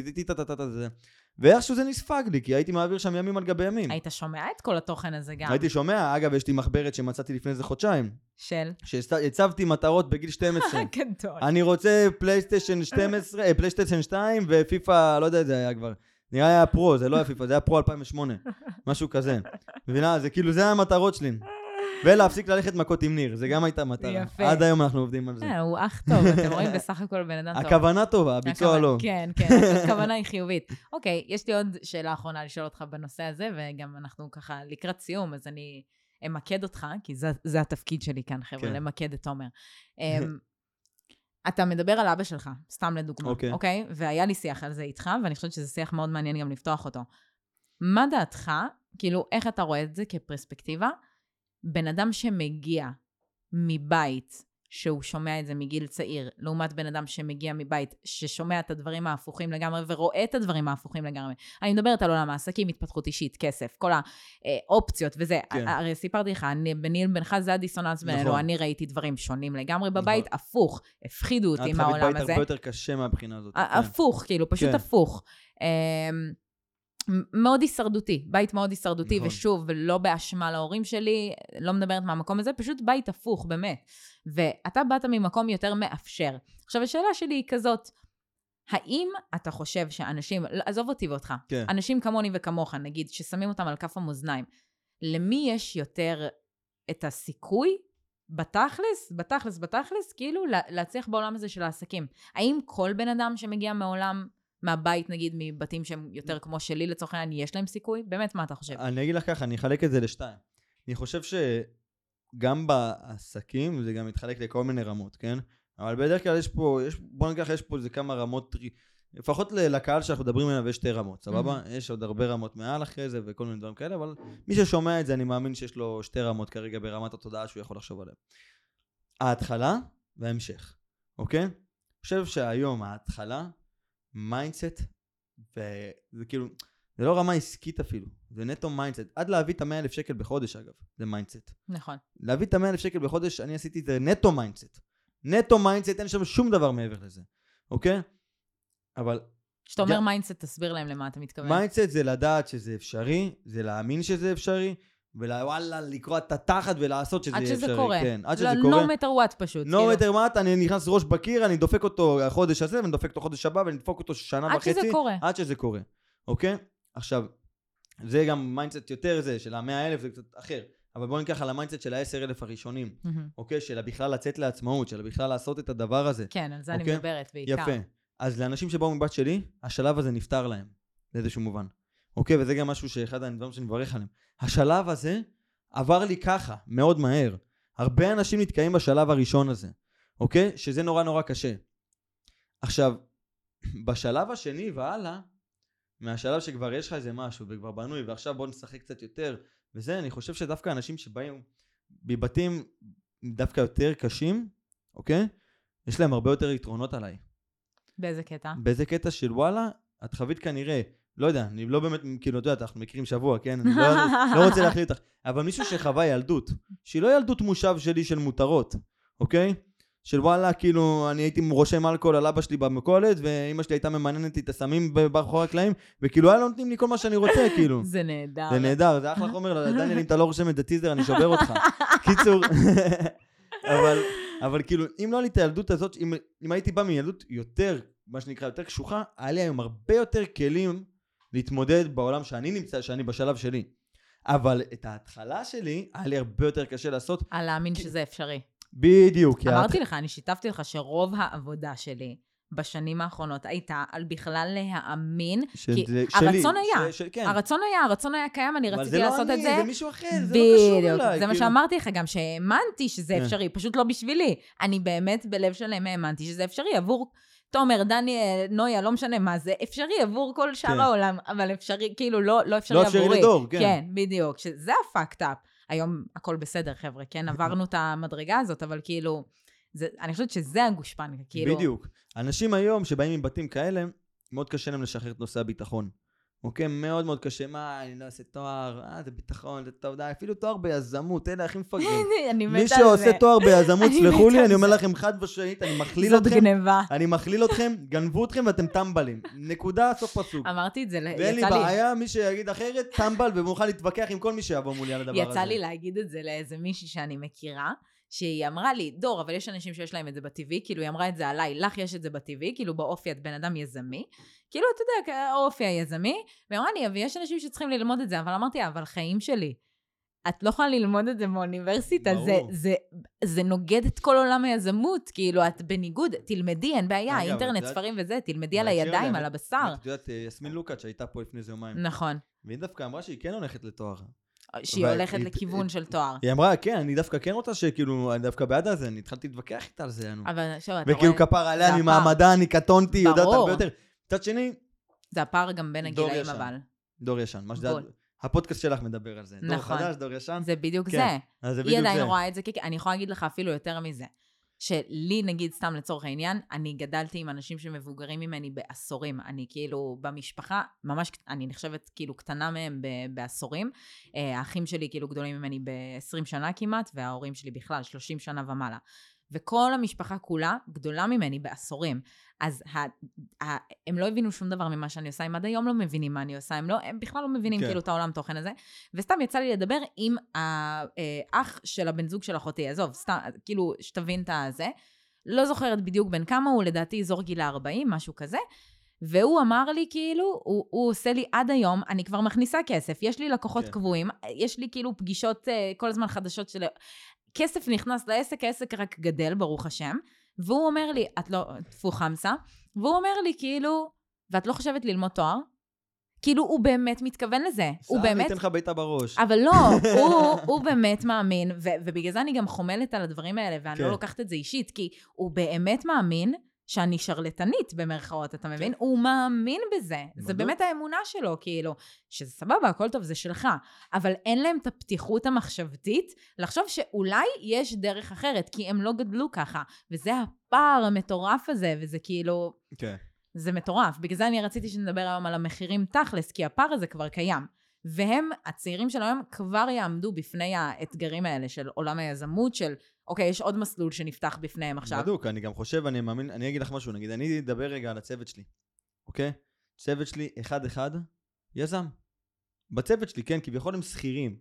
A: ואיכשהו זה נספג לי, כי הייתי מעביר שם ימים על גבי ימים.
B: היית שומע את כל התוכן הזה גם?
A: הייתי שומע, אגב, יש לי מחברת שמצאתי לפני איזה חודשיים.
B: של?
A: שהצבתי מטרות בגיל 12.
B: גדול.
A: אני רוצה פלייסטיישן 12, פלייסטיישן 2 ופיפה, לא יודע, זה היה כבר. נראה היה פרו, זה לא היה פיפה, זה היה פרו 2008. משהו כזה. מבינה? זה כאילו, זה המטרות שלי. ולהפסיק ללכת מכות עם ניר, זה גם הייתה מטרה. יפה. עד היום אנחנו עובדים על זה.
B: הוא אח טוב, אתם רואים בסך הכל בן אדם טוב.
A: הכוונה טובה, הביצוע לא.
B: כן, כן, הכוונה היא חיובית. אוקיי, יש לי עוד שאלה אחרונה לשאול אותך בנושא הזה, וגם אנחנו ככה לקראת סיום, אז אני אמקד אותך, כי זה התפקיד שלי כאן, חבר'ה, למקד את תומר. אתה מדבר על אבא שלך, סתם לדוגמה, אוקיי? והיה לי שיח על זה איתך, ואני חושבת שזה שיח מאוד מעניין גם לפתוח אותו. מה דעתך, כאילו, איך אתה רואה את זה כפרספקטיבה? בן אדם שמגיע מבית, שהוא שומע את זה מגיל צעיר, לעומת בן אדם שמגיע מבית, ששומע את הדברים ההפוכים לגמרי, ורואה את הדברים ההפוכים לגמרי. אני מדברת על עולם העסקים, התפתחות אישית, כסף, כל האופציות וזה. כן. הרי סיפרתי לך, ביני לבינך זה הדיסוננס בינינו, נכון. אני ראיתי דברים שונים לגמרי בבית, נכון. הפוך, הפחידו אותי עם העולם הזה. את חווית בית הרבה
A: יותר קשה מהבחינה הזאת.
B: הפוך, כאילו, פשוט כן. הפוך. מאוד הישרדותי, בית מאוד הישרדותי, נכון. ושוב, ולא באשמה להורים שלי, לא מדברת מהמקום הזה, פשוט בית הפוך, באמת. ואתה באת ממקום יותר מאפשר. עכשיו, השאלה שלי היא כזאת, האם אתה חושב שאנשים, עזוב אותי ואותך, כן. אנשים כמוני וכמוך, נגיד, ששמים אותם על כף המאזניים, למי יש יותר את הסיכוי, בתכלס, כאילו, להצליח בעולם הזה של העסקים? האם כל בן אדם שמגיע מעולם, מהבית, נגיד, מבתים שהם יותר כמו שלי, לצורך העניין, יש להם סיכוי? באמת, מה אתה חושב?
A: אני אגיד לך ככה, אני אחלק את זה לשתיים. אני חושב שגם בעסקים, זה גם מתחלק לכל מיני רמות, כן? אבל בדרך כלל יש פה, בוא ניקח, יש פה איזה כמה רמות, לפחות לקהל שאנחנו מדברים עליו, יש שתי רמות, סבבה? יש עוד הרבה רמות מעל אחרי זה, וכל מיני דברים כאלה, אבל מי ששומע את זה, אני מאמין שיש לו שתי רמות כרגע ברמת התודעה שהוא יכול לחשוב עליהן. ההתחלה וההמשך, אוקיי? אני חושב שהיום ההתחלה מיינדסט, וזה כאילו, זה לא רמה עסקית אפילו, זה נטו מיינדסט. עד להביא את 100,000 שקל בחודש, אגב, זה מיינדסט.
B: נכון.
A: להביא את 100,000 שקל בחודש, אני עשיתי את זה נטו מיינדסט. נטו מיינדסט, אין שם שום דבר מעבר לזה, אוקיי? אבל...
B: כשאתה אומר מיינדסט, תסביר להם למה אתה מתכוון.
A: מיינדסט זה לדעת שזה אפשרי, זה להאמין שזה אפשרי, וואלה, לקרוא את התחת ולעשות שזה אפשרי.
B: עד שזה קורה.
A: כן, עד שזה קורה.
B: No matter what פשוט.
A: No matter what, אני נכנס ראש בקיר, אני דופק אותו החודש הזה, ואני דופק אותו חודש הבא, ואני דופק אותו שנה וחצי.
B: עד שזה קורה.
A: עד שזה קורה. אוקיי? עכשיו, זה גם מיינדסט יותר זה, של ה-100,000 זה קצת אחר. אבל בואו ניקח על המיינדסט של ה-10,000 הראשונים. אוקיי? של בכלל לצאת לעצמאות, של בכלל לעשות את הדבר הזה.
B: כן, על זה אני מדברת בעיקר.
A: יפה. אז לאנשים שבאו מבת שלי, השלב הזה נפטר להם. באיזשהו מובן. אוקיי? וזה גם משהו שאחד הדברים שאני מברך עליהם. השלב הזה עבר לי ככה, מאוד מהר. הרבה אנשים נתקעים בשלב הראשון הזה, אוקיי? שזה נורא נורא קשה. עכשיו, בשלב השני והלאה, מהשלב שכבר יש לך איזה משהו וכבר בנוי, ועכשיו בוא נשחק קצת יותר, וזה, אני חושב שדווקא אנשים שבאים בבתים דווקא יותר קשים, אוקיי? יש להם הרבה יותר יתרונות עליי.
B: באיזה קטע?
A: באיזה קטע של וואלה, את חווית כנראה, לא יודע, אני לא באמת, כאילו, אתה יודע, אנחנו מכירים שבוע, כן? אני לא רוצה להחליט אותך, אבל מישהו שחווה ילדות, שהיא לא ילדות מושב שלי של מותרות, אוקיי? של וואלה, כאילו, אני הייתי רושם אלכוהול על אבא שלי במכולת, ואמא שלי הייתה ממננת את הסמים באחורי הקלעים, וכאילו, היה לא נותנים לי כל מה שאני רוצה, כאילו.
B: זה נהדר.
A: זה נהדר, זה אחלה חומר, דניאל, אם אתה לא רושם את זה טיזר, אני שובר אותך. קיצור, אבל כאילו, אם לא היה לי את הילדות הזאת, אם הייתי בא מילדות יותר, מה שנקרא, יותר קשוחה, היה לי היום הרבה יותר כלים להתמודד בעולם שאני נמצא, שאני בשלב שלי. אבל את ההתחלה שלי, היה לי הרבה יותר קשה לעשות.
B: על להאמין שזה אפשרי.
A: בדיוק.
B: אמרתי לך, אני שיתפתי לך שרוב העבודה שלי בשנים האחרונות הייתה על בכלל להאמין, כי הרצון היה, הרצון היה קיים, אני רציתי לעשות את זה.
A: אבל זה לא אני, זה מישהו אחר, זה לא קשור אליי.
B: זה מה שאמרתי לך, גם שהאמנתי שזה אפשרי, פשוט לא בשבילי. אני באמת בלב שלם האמנתי שזה אפשרי עבור תומר, דניאל, נויה, לא משנה מה, זה אפשרי עבור כל שאר העולם, אבל אפשרי, כאילו לא אפשרי עבורי.
A: לא אפשרי לדור, כן.
B: כן, בדיוק, שזה הפאקט-אפ. היום הכל בסדר, חבר'ה, כן? עברנו את המדרגה הזאת, אבל כאילו, אני חושבת שזה הגושפנקה, כאילו.
A: בדיוק. אנשים היום שבאים מבתים כאלה, מאוד קשה להם לשחרר את נושא הביטחון. אוקיי? מאוד מאוד קשה. מה, אני לא אעשה תואר, זה ביטחון, זה טוב, די, אפילו תואר ביזמות, אלה הכי מפגרים. מי שעושה תואר ביזמות, סלחו לי, אני אומר לכם חד ושנית, אני מכליל אתכם.
B: זאת גניבה.
A: אני מכליל אתכם, גנבו אתכם ואתם טמבלים. נקודה, סוף פסוק.
B: אמרתי את זה, יצא לי.
A: ואין לי בעיה, מי שיגיד אחרת, טמבל, ומוכן להתווכח עם כל מי שיבוא מולי על הדבר הזה.
B: יצא לי להגיד את זה לאיזה מישהי שאני מכירה, שהיא אמרה לי, דור, אבל יש אנשים שיש להם את זה בטבעי, כאילו היא אמרה את זה עליי, לך יש את זה בטבעי, כאילו באופי את בן אדם יזמי, כאילו אתה יודע, האופי היזמי, והיא אמרה לי, ויש אנשים שצריכים ללמוד את זה, אבל אמרתי, אבל חיים שלי, את לא יכולה ללמוד את זה באוניברסיטה, זה נוגד את כל עולם היזמות, כאילו את בניגוד, תלמדי, אין בעיה, אינטרנט, ספרים וזה, תלמדי על הידיים, על הבשר.
A: את יודעת, יסמין לוקאץ' שהייתה פה לפני זה יומיים.
B: נכון.
A: והיא דווקא אמרה שהיא כן הולכת לתואר.
B: שהיא הולכת לכיוון של תואר.
A: היא אמרה, כן, אני דווקא כן רוצה שכאילו, אני דווקא בעד הזה, אני התחלתי להתווכח איתה על זה.
B: אבל שוב, אתה רואה...
A: וכאילו כפר עליה, אני מעמדה, אני קטונתי, יודעת הרבה יותר. מצד שני...
B: זה הפער גם בין הגילאים אבל.
A: דור ישן, מה שדעת, הפודקאסט שלך מדבר על זה. דור חדש, דור ישן.
B: זה בדיוק זה. היא עדיין רואה את זה, אני יכולה להגיד לך אפילו יותר מזה. שלי, נגיד, סתם לצורך העניין, אני גדלתי עם אנשים שמבוגרים ממני בעשורים. אני כאילו במשפחה, ממש, אני נחשבת כאילו קטנה מהם בעשורים. האחים שלי כאילו גדולים ממני ב-20 שנה כמעט, וההורים שלי בכלל 30 שנה ומעלה. וכל המשפחה כולה גדולה ממני בעשורים. אז הם לא הבינו שום דבר ממה שאני עושה, הם עד היום לא מבינים מה אני עושה, הם בכלל לא מבינים כאילו את העולם תוכן הזה. וסתם יצא לי לדבר עם האח של הבן זוג של אחותי, עזוב, סתם, כאילו שתבין את הזה. לא זוכרת בדיוק בין כמה, הוא לדעתי אזור גילה 40, משהו כזה. והוא אמר לי כאילו, הוא עושה לי עד היום, אני כבר מכניסה כסף, יש לי לקוחות קבועים, יש לי כאילו פגישות כל הזמן חדשות של... כסף נכנס לעסק, העסק רק גדל, ברוך השם, והוא אומר לי, את לא, תפו חמסה, והוא אומר לי כאילו, ואת לא חושבת ללמוד תואר? כאילו הוא באמת מתכוון לזה. הוא באמת...
A: ניתן לך ביתה בראש.
B: אבל לא, הוא באמת מאמין, ובגלל זה אני גם חומלת על הדברים האלה, ואני לא לוקחת את זה אישית, כי הוא באמת מאמין, שאני שרלטנית במרכאות, אתה מבין? הוא מאמין בזה. זה באמת האמונה שלו, כאילו, שזה סבבה, הכל טוב, זה שלך. אבל אין להם את הפתיחות המחשבתית לחשוב שאולי יש דרך אחרת, כי הם לא גדלו ככה. וזה הפער המטורף הזה, וזה כאילו... כן. זה מטורף. בגלל זה אני רציתי שנדבר היום על המחירים תכלס, כי הפער הזה כבר קיים. והם, הצעירים של היום, כבר יעמדו בפני האתגרים האלה של עולם היזמות, של, אוקיי, יש עוד מסלול שנפתח בפניהם עכשיו. בדיוק,
A: אני גם חושב, אני מאמין, אני אגיד לך משהו, נגיד, אני אדבר רגע על הצוות שלי, אוקיי? צוות שלי, אחד, יזם. בצוות שלי, כן, כביכול הם שכירים,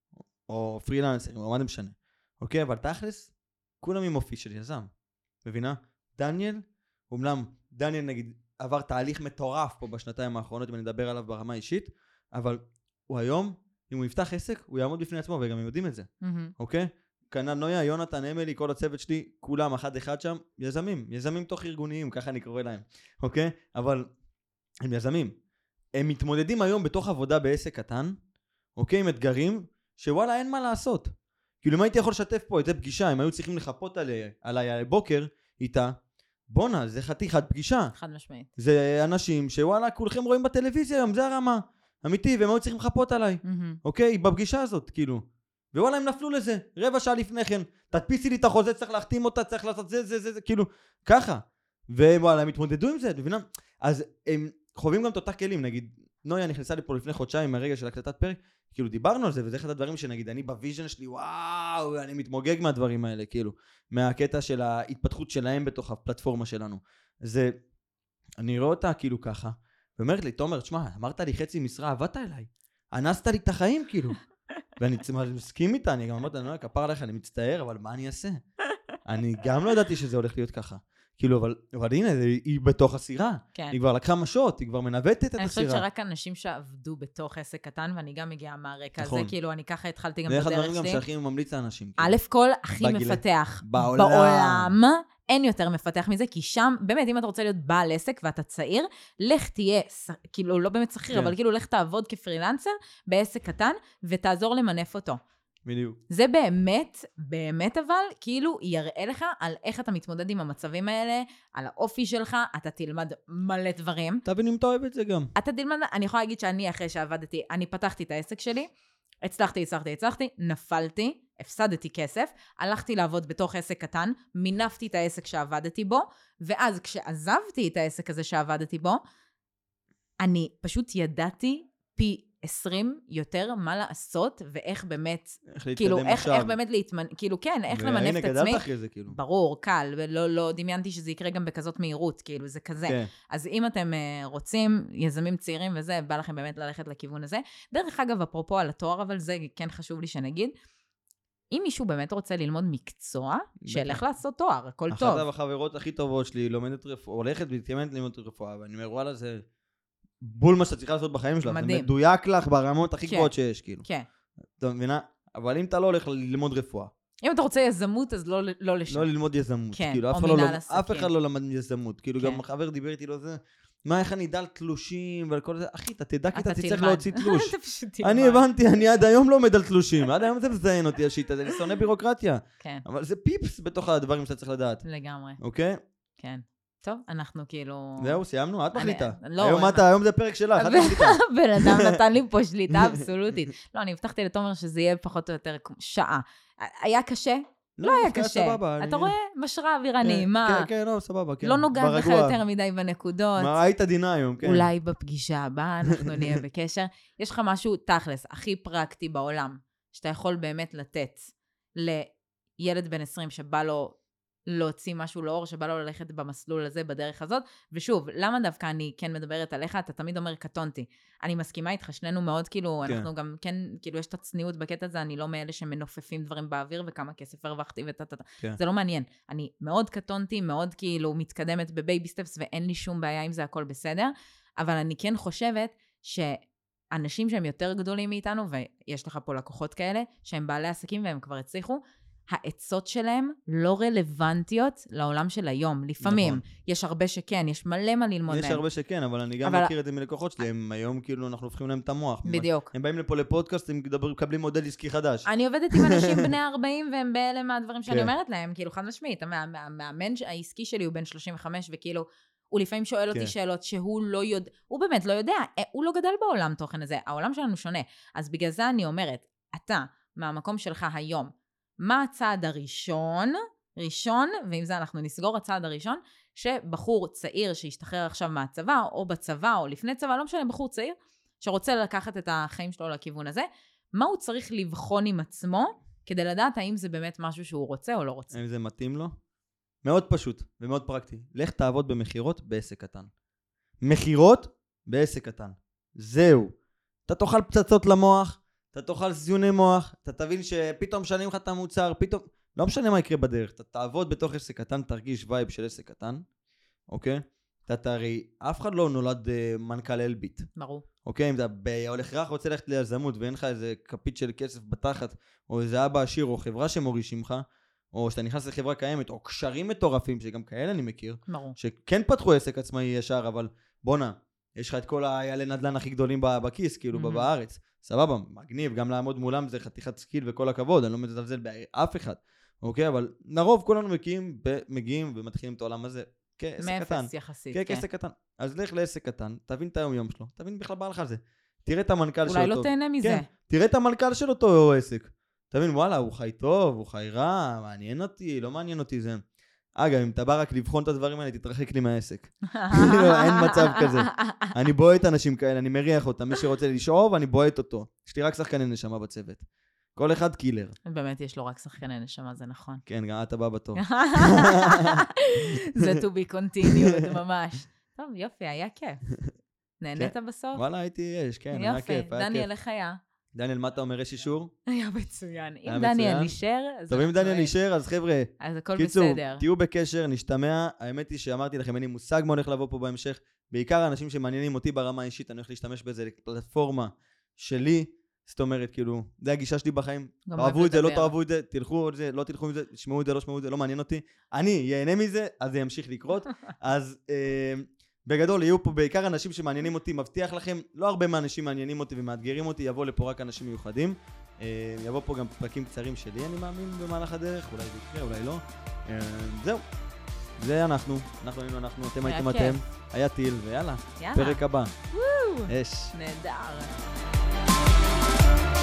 A: או פרילנסרים, או מה זה משנה, אוקיי? אבל תכלס, כולם עם אופי של יזם. מבינה? דניאל, אומנם, דניאל, נגיד, עבר תהליך מטורף פה בשנתיים האחרונות, אם אני אדבר עליו ברמה אישית, אבל הוא היום, אם הוא יפתח עסק, הוא יעמוד בפני עצמו, וגם הם יודעים את זה, אוקיי? כנ"ל נויה, יונתן, אמילי, כל הצוות שלי, כולם אחד שם, יזמים תוך ארגוניים, ככה אני קורא להם, אוקיי? אבל הם יזמים. הם מתמודדים היום בתוך עבודה בעסק קטן, אוקיי? עם אתגרים, שוואלה, אין מה לעשות. כאילו, אם הייתי יכול לשתף פה את זה פגישה, הם היו צריכים לחפות עליי בוקר איתה, בונה, זה חתיכת פגישה.
B: חד משמעית.
A: זה אנשים שוואלה, כולכם רואים בטלוויזיה היום, זה הרמה. אמיתי, והם היו צריכים לחפות עליי. אוקיי? בפגישה הזאת, כאילו. ווואלה, הם נפלו לזה. רבע שעה לפני כן. תדפיסי לי את החוזה, צריך להחתים אותה, צריך לעשות זה, כאילו, ככה. ווואלה, הם התמודדו עם זה, את מבינה? אז הם חווים גם את אותה כלים, נגיד, נויה נכנסה לי פה לפני חודשיים מהרגע של הקלטת פרק, כאילו דיברנו על זה, וזה אחד הדברים שנגיד, אני בוויז'ן שלי, וואו, אני מתמוגג מהדברים האלה, כאילו, מהקטע של ההתפתחות שלהם בתוך הפלטפורמה שלנו. זה, אני רואה אותה כאילו ככה, ואומרת לי, תומר, תשמע, אמרת לי חצי משרה, עבדת אליי, אנסת לי את החיים, כאילו, ואני מסכים איתה, אני גם אומרת, נויה, כפר עליך, אני מצטער, אבל מה אני אעשה? אני גם לא ידעתי שזה הולך להיות ככה. כאילו, אבל הנה, היא בתוך הסירה.
B: כן.
A: היא כבר לקחה משות, היא כבר מנווטת את הסירה.
B: אני חושבת שרק אנשים שעבדו בתוך עסק קטן, ואני גם מגיעה מהרקע הזה, כאילו, אני ככה התחלתי גם בדרך שלי.
A: זה אחד הדברים גם שהכי ממליץ לאנשים.
B: א' כל, הכי מפתח. בעולם. אין יותר מפתח מזה, כי שם, באמת, אם אתה רוצה להיות בעל עסק ואתה צעיר, לך תהיה, כאילו, לא באמת שכיר, אבל כאילו, לך תעבוד כפרילנסר בעסק קטן, ותעזור למנף אותו.
A: בדיוק.
B: זה באמת, באמת אבל, כאילו יראה לך על איך אתה מתמודד עם המצבים האלה, על האופי שלך, אתה תלמד מלא דברים.
A: תבין אם אתה אוהב את זה גם.
B: אתה תלמד, אני יכולה להגיד שאני אחרי שעבדתי, אני פתחתי את העסק שלי, הצלחתי, נפלתי, הפסדתי כסף, הלכתי לעבוד בתוך עסק קטן, מינפתי את העסק שעבדתי בו, ואז כשעזבתי את העסק הזה שעבדתי בו, אני פשוט ידעתי פי 20 יותר מה לעשות, ואיך באמת, כאילו, איך באמת כאילו, כן, איך למנף את עצמי.
A: והנה, גדלת אחרי זה, כאילו.
B: ברור, קל, ולא דמיינתי שזה יקרה גם בכזאת מהירות, כאילו, זה כזה.
A: כן.
B: אז אם אתם רוצים, יזמים צעירים וזה, בא לכם באמת ללכת לכיוון הזה. דרך אגב, אפרופו על התואר, אבל זה כן חשוב לי שנגיד, אם מישהו באמת רוצה ללמוד מקצוע, שילך לעשות תואר, הכל טוב.
A: אחת החברות הכי טובות שלי לומדת רפואה, הולכת ומתכוונת ללמוד רפואה, ואני אומר, וואלה, זה בול מה שאתה צריכה לעשות בחיים שלך.
B: מדהים.
A: זה מדויק לך ברמות הכי גבוהות שיש, כאילו.
B: כן.
A: אתה מבינה? אבל אם אתה לא הולך ללמוד רפואה.
B: אם אתה רוצה יזמות, אז לא לשם.
A: לא ללמוד יזמות.
B: כן,
A: כאילו,
B: או מנהל עסקים.
A: אף אחד לא למד יזמות. כאילו, גם חבר דיבר איתי לו זה, מה, איך אני אדע על תלושים ועל כל זה? אחי, אתה תדע כי אתה תצטרך להוציא תלוש.
B: אתה פשוט תלמד.
A: אני הבנתי, אני עד היום לומד על תלושים. עד היום זה מזיין אותי השיט הזה, אני שונא בירוקרטיה.
B: כן.
A: אבל זה פיפס בתוך הדברים שאתה צריך לדעת.
B: לגמרי.
A: אוקיי?
B: כן. טוב, אנחנו כאילו...
A: זהו, סיימנו, את מחליטה.
B: לא,
A: היום זה פרק שלך, את מחליטה.
B: בן אדם נתן לי פה שליטה אבסולוטית. לא, אני הבטחתי לתומר שזה יהיה פחות או יותר שעה. היה קשה? לא היה קשה. אתה רואה? משרה אווירה נעימה.
A: כן, לא, סבבה, כן.
B: לא נוגעת לך יותר מדי בנקודות.
A: מה, היית עדינה היום, כן.
B: אולי בפגישה הבאה אנחנו נהיה בקשר. יש לך משהו תכלס, הכי פרקטי בעולם, שאתה יכול באמת לתת לילד בן 20 שבא לו להוציא משהו לאור, שבא לו ללכת במסלול הזה, בדרך הזאת, ושוב, למה דווקא אני כן מדברת עליך? אתה תמיד אומר קטונתי. אני מסכימה איתך, שנינו מאוד, כאילו, אנחנו גם כן, כאילו, יש את הצניעות בקטע הזה, אני לא מאלה שמנופפים דברים באוויר, וכמה כסף הרווחתי, זה לא מעניין. אני מאוד קטונתי, מאוד כאילו מתקדמת בבייבי סטפס, ואין לי שום בעיה עם זה, הכל בסדר, אבל אני כן חושבת שאנשים שהם יותר גדולים מאיתנו, ויש לך פה לקוחות כאלה, שהם בעלי עסקים והם כבר הצליחו, העצות שלהם לא רלוונטיות לעולם של היום. לפעמים, נכון. יש הרבה שכן, יש מלא מה ללמוד מהם.
A: יש הרבה שכן, אבל אני גם מכיר את זה מלקוחות שלי, הם היום כאילו אנחנו הופכים להם את המוח.
B: בדיוק.
A: הם באים לפה לפודקאסט, הם מקבלים מודל עסקי חדש.
B: אני עובדת עם אנשים בני 40, והם באלה מהדברים שאני אומרת להם, כאילו חד משמעית, המאמן העסקי שלי הוא בן 35, וכאילו, הוא לפעמים שואל אותי שאלות שהוא לא יודע, הוא באמת לא יודע, הוא לא גדל בעולם תוכן הזה, העולם שלנו שונה. אז בגלל זה אני אומרת, אתה, מהמקום שלך היום, מה הצעד הראשון, ועם זה אנחנו נסגור הצעד הראשון, שבחור צעיר שישתחרר עכשיו מהצבא, או בצבא, או לפני צבא, לא משנה, בחור צעיר, שרוצה לקחת את החיים שלו לכיוון הזה, מה הוא צריך לבחון עם עצמו, כדי לדעת האם זה באמת משהו שהוא רוצה או לא רוצה.
A: האם זה מתאים לו? מאוד פשוט ומאוד פרקטי. לך תעבוד במחירות בעסק קטן. מחירות בעסק קטן. זהו. אתה תאכל פצצות למוח, אתה תאכל זיוני מוח, אתה תבין שפתאום משנים לך את המוצר, פתאום, לא משנה מה יקרה בדרך, אתה תעבוד בתוך עסק קטן, תרגיש וייב של עסק קטן, אוקיי? אתה תראי, אף אחד לא נולד מנכ"ל אלביט.
B: ברור.
A: אוקיי, אם אתה בהולך רך רוצה ללכת ליזמות, ואין לך איזה כפית של כסף בתחת, או איזה אבא עשיר, או חברה שמורישים לך, או שאתה נכנס לחברה קיימת, או קשרים מטורפים, שגם כאלה אני מכיר,
B: ברור.
A: שכן פתחו עסק עצמאי ישר, אבל בונה, יש לך את כל היעלי נדל"ן הכי גדולים בכיס, כאילו בארץ. סבבה, מגניב, גם לעמוד מולם זה חתיכת סקיל וכל הכבוד, אני לא מזלזל באף אחד, אוקיי? אבל לרוב כולנו מגיעים ומתחילים את העולם הזה כעסק קטן.
B: מאפס יחסית,
A: כן,
B: כן.
A: כעסק קטן. אז לך לעסק קטן, תבין את היום שלו, תבין בכלל בא לך על זה. תראה את המנכ"ל שלו.
B: אולי לא תהנה מזה.
A: כן, תראה את המנכ"ל של אותו עסק. תבין, וואלה, הוא חי טוב, הוא חי רע, מעניין אותי, לא מעניין אותי זה. אגב, אם אתה בא רק לבחון את הדברים האלה, תתרחק לי מהעסק. אין מצב כזה. אני בועט אנשים כאלה, אני מריח אותם. מי שרוצה לשאוב, אני בועט אותו. יש לי רק שחקני נשמה בצוות. כל אחד קילר.
B: באמת יש לו רק שחקני נשמה, זה נכון.
A: כן, גם אתה בא בתור.
B: זה to be continued, ממש. טוב, יופי, היה כיף. נהנית בסוף?
A: וואלה, הייתי יש, כן, היה כיף.
B: יופי, דניאל, איך היה?
A: דניאל, מה אתה אומר, יש אישור?
B: היה מצוין. אם דניאל נשאר, אז...
A: טוב, אם דניאל נשאר, אז חבר'ה,
B: אז הכל
A: קיצור,
B: בסדר.
A: תהיו בקשר, נשתמע. האמת היא שאמרתי לכם, אין לי מושג מה הולך לבוא פה בהמשך. בעיקר האנשים שמעניינים אותי ברמה האישית, אני הולך להשתמש בזה לפלטפורמה שלי. זאת אומרת, כאילו, זה הגישה שלי בחיים. תאהבו את זה, לא תאהבו את זה, תלכו את זה, לא תלכו את זה, תשמעו את זה, לא תשמעו את זה, לא מעניין אותי. אני ייהנה מזה, אז זה ימשיך לקרות. אז בגדול, יהיו פה בעיקר אנשים שמעניינים אותי, מבטיח לכם, לא הרבה מהאנשים מעניינים אותי ומאתגרים אותי, יבוא לפה רק אנשים מיוחדים. יבוא פה גם פרקים קצרים שלי, אני מאמין, במהלך הדרך, אולי זה יקרה, אולי לא. זהו. זה אנחנו היינו אנחנו, אתם הייתם אתם. היה טיל, ויאללה, פרק הבא.
B: וואו!
A: אש.
B: נהדר.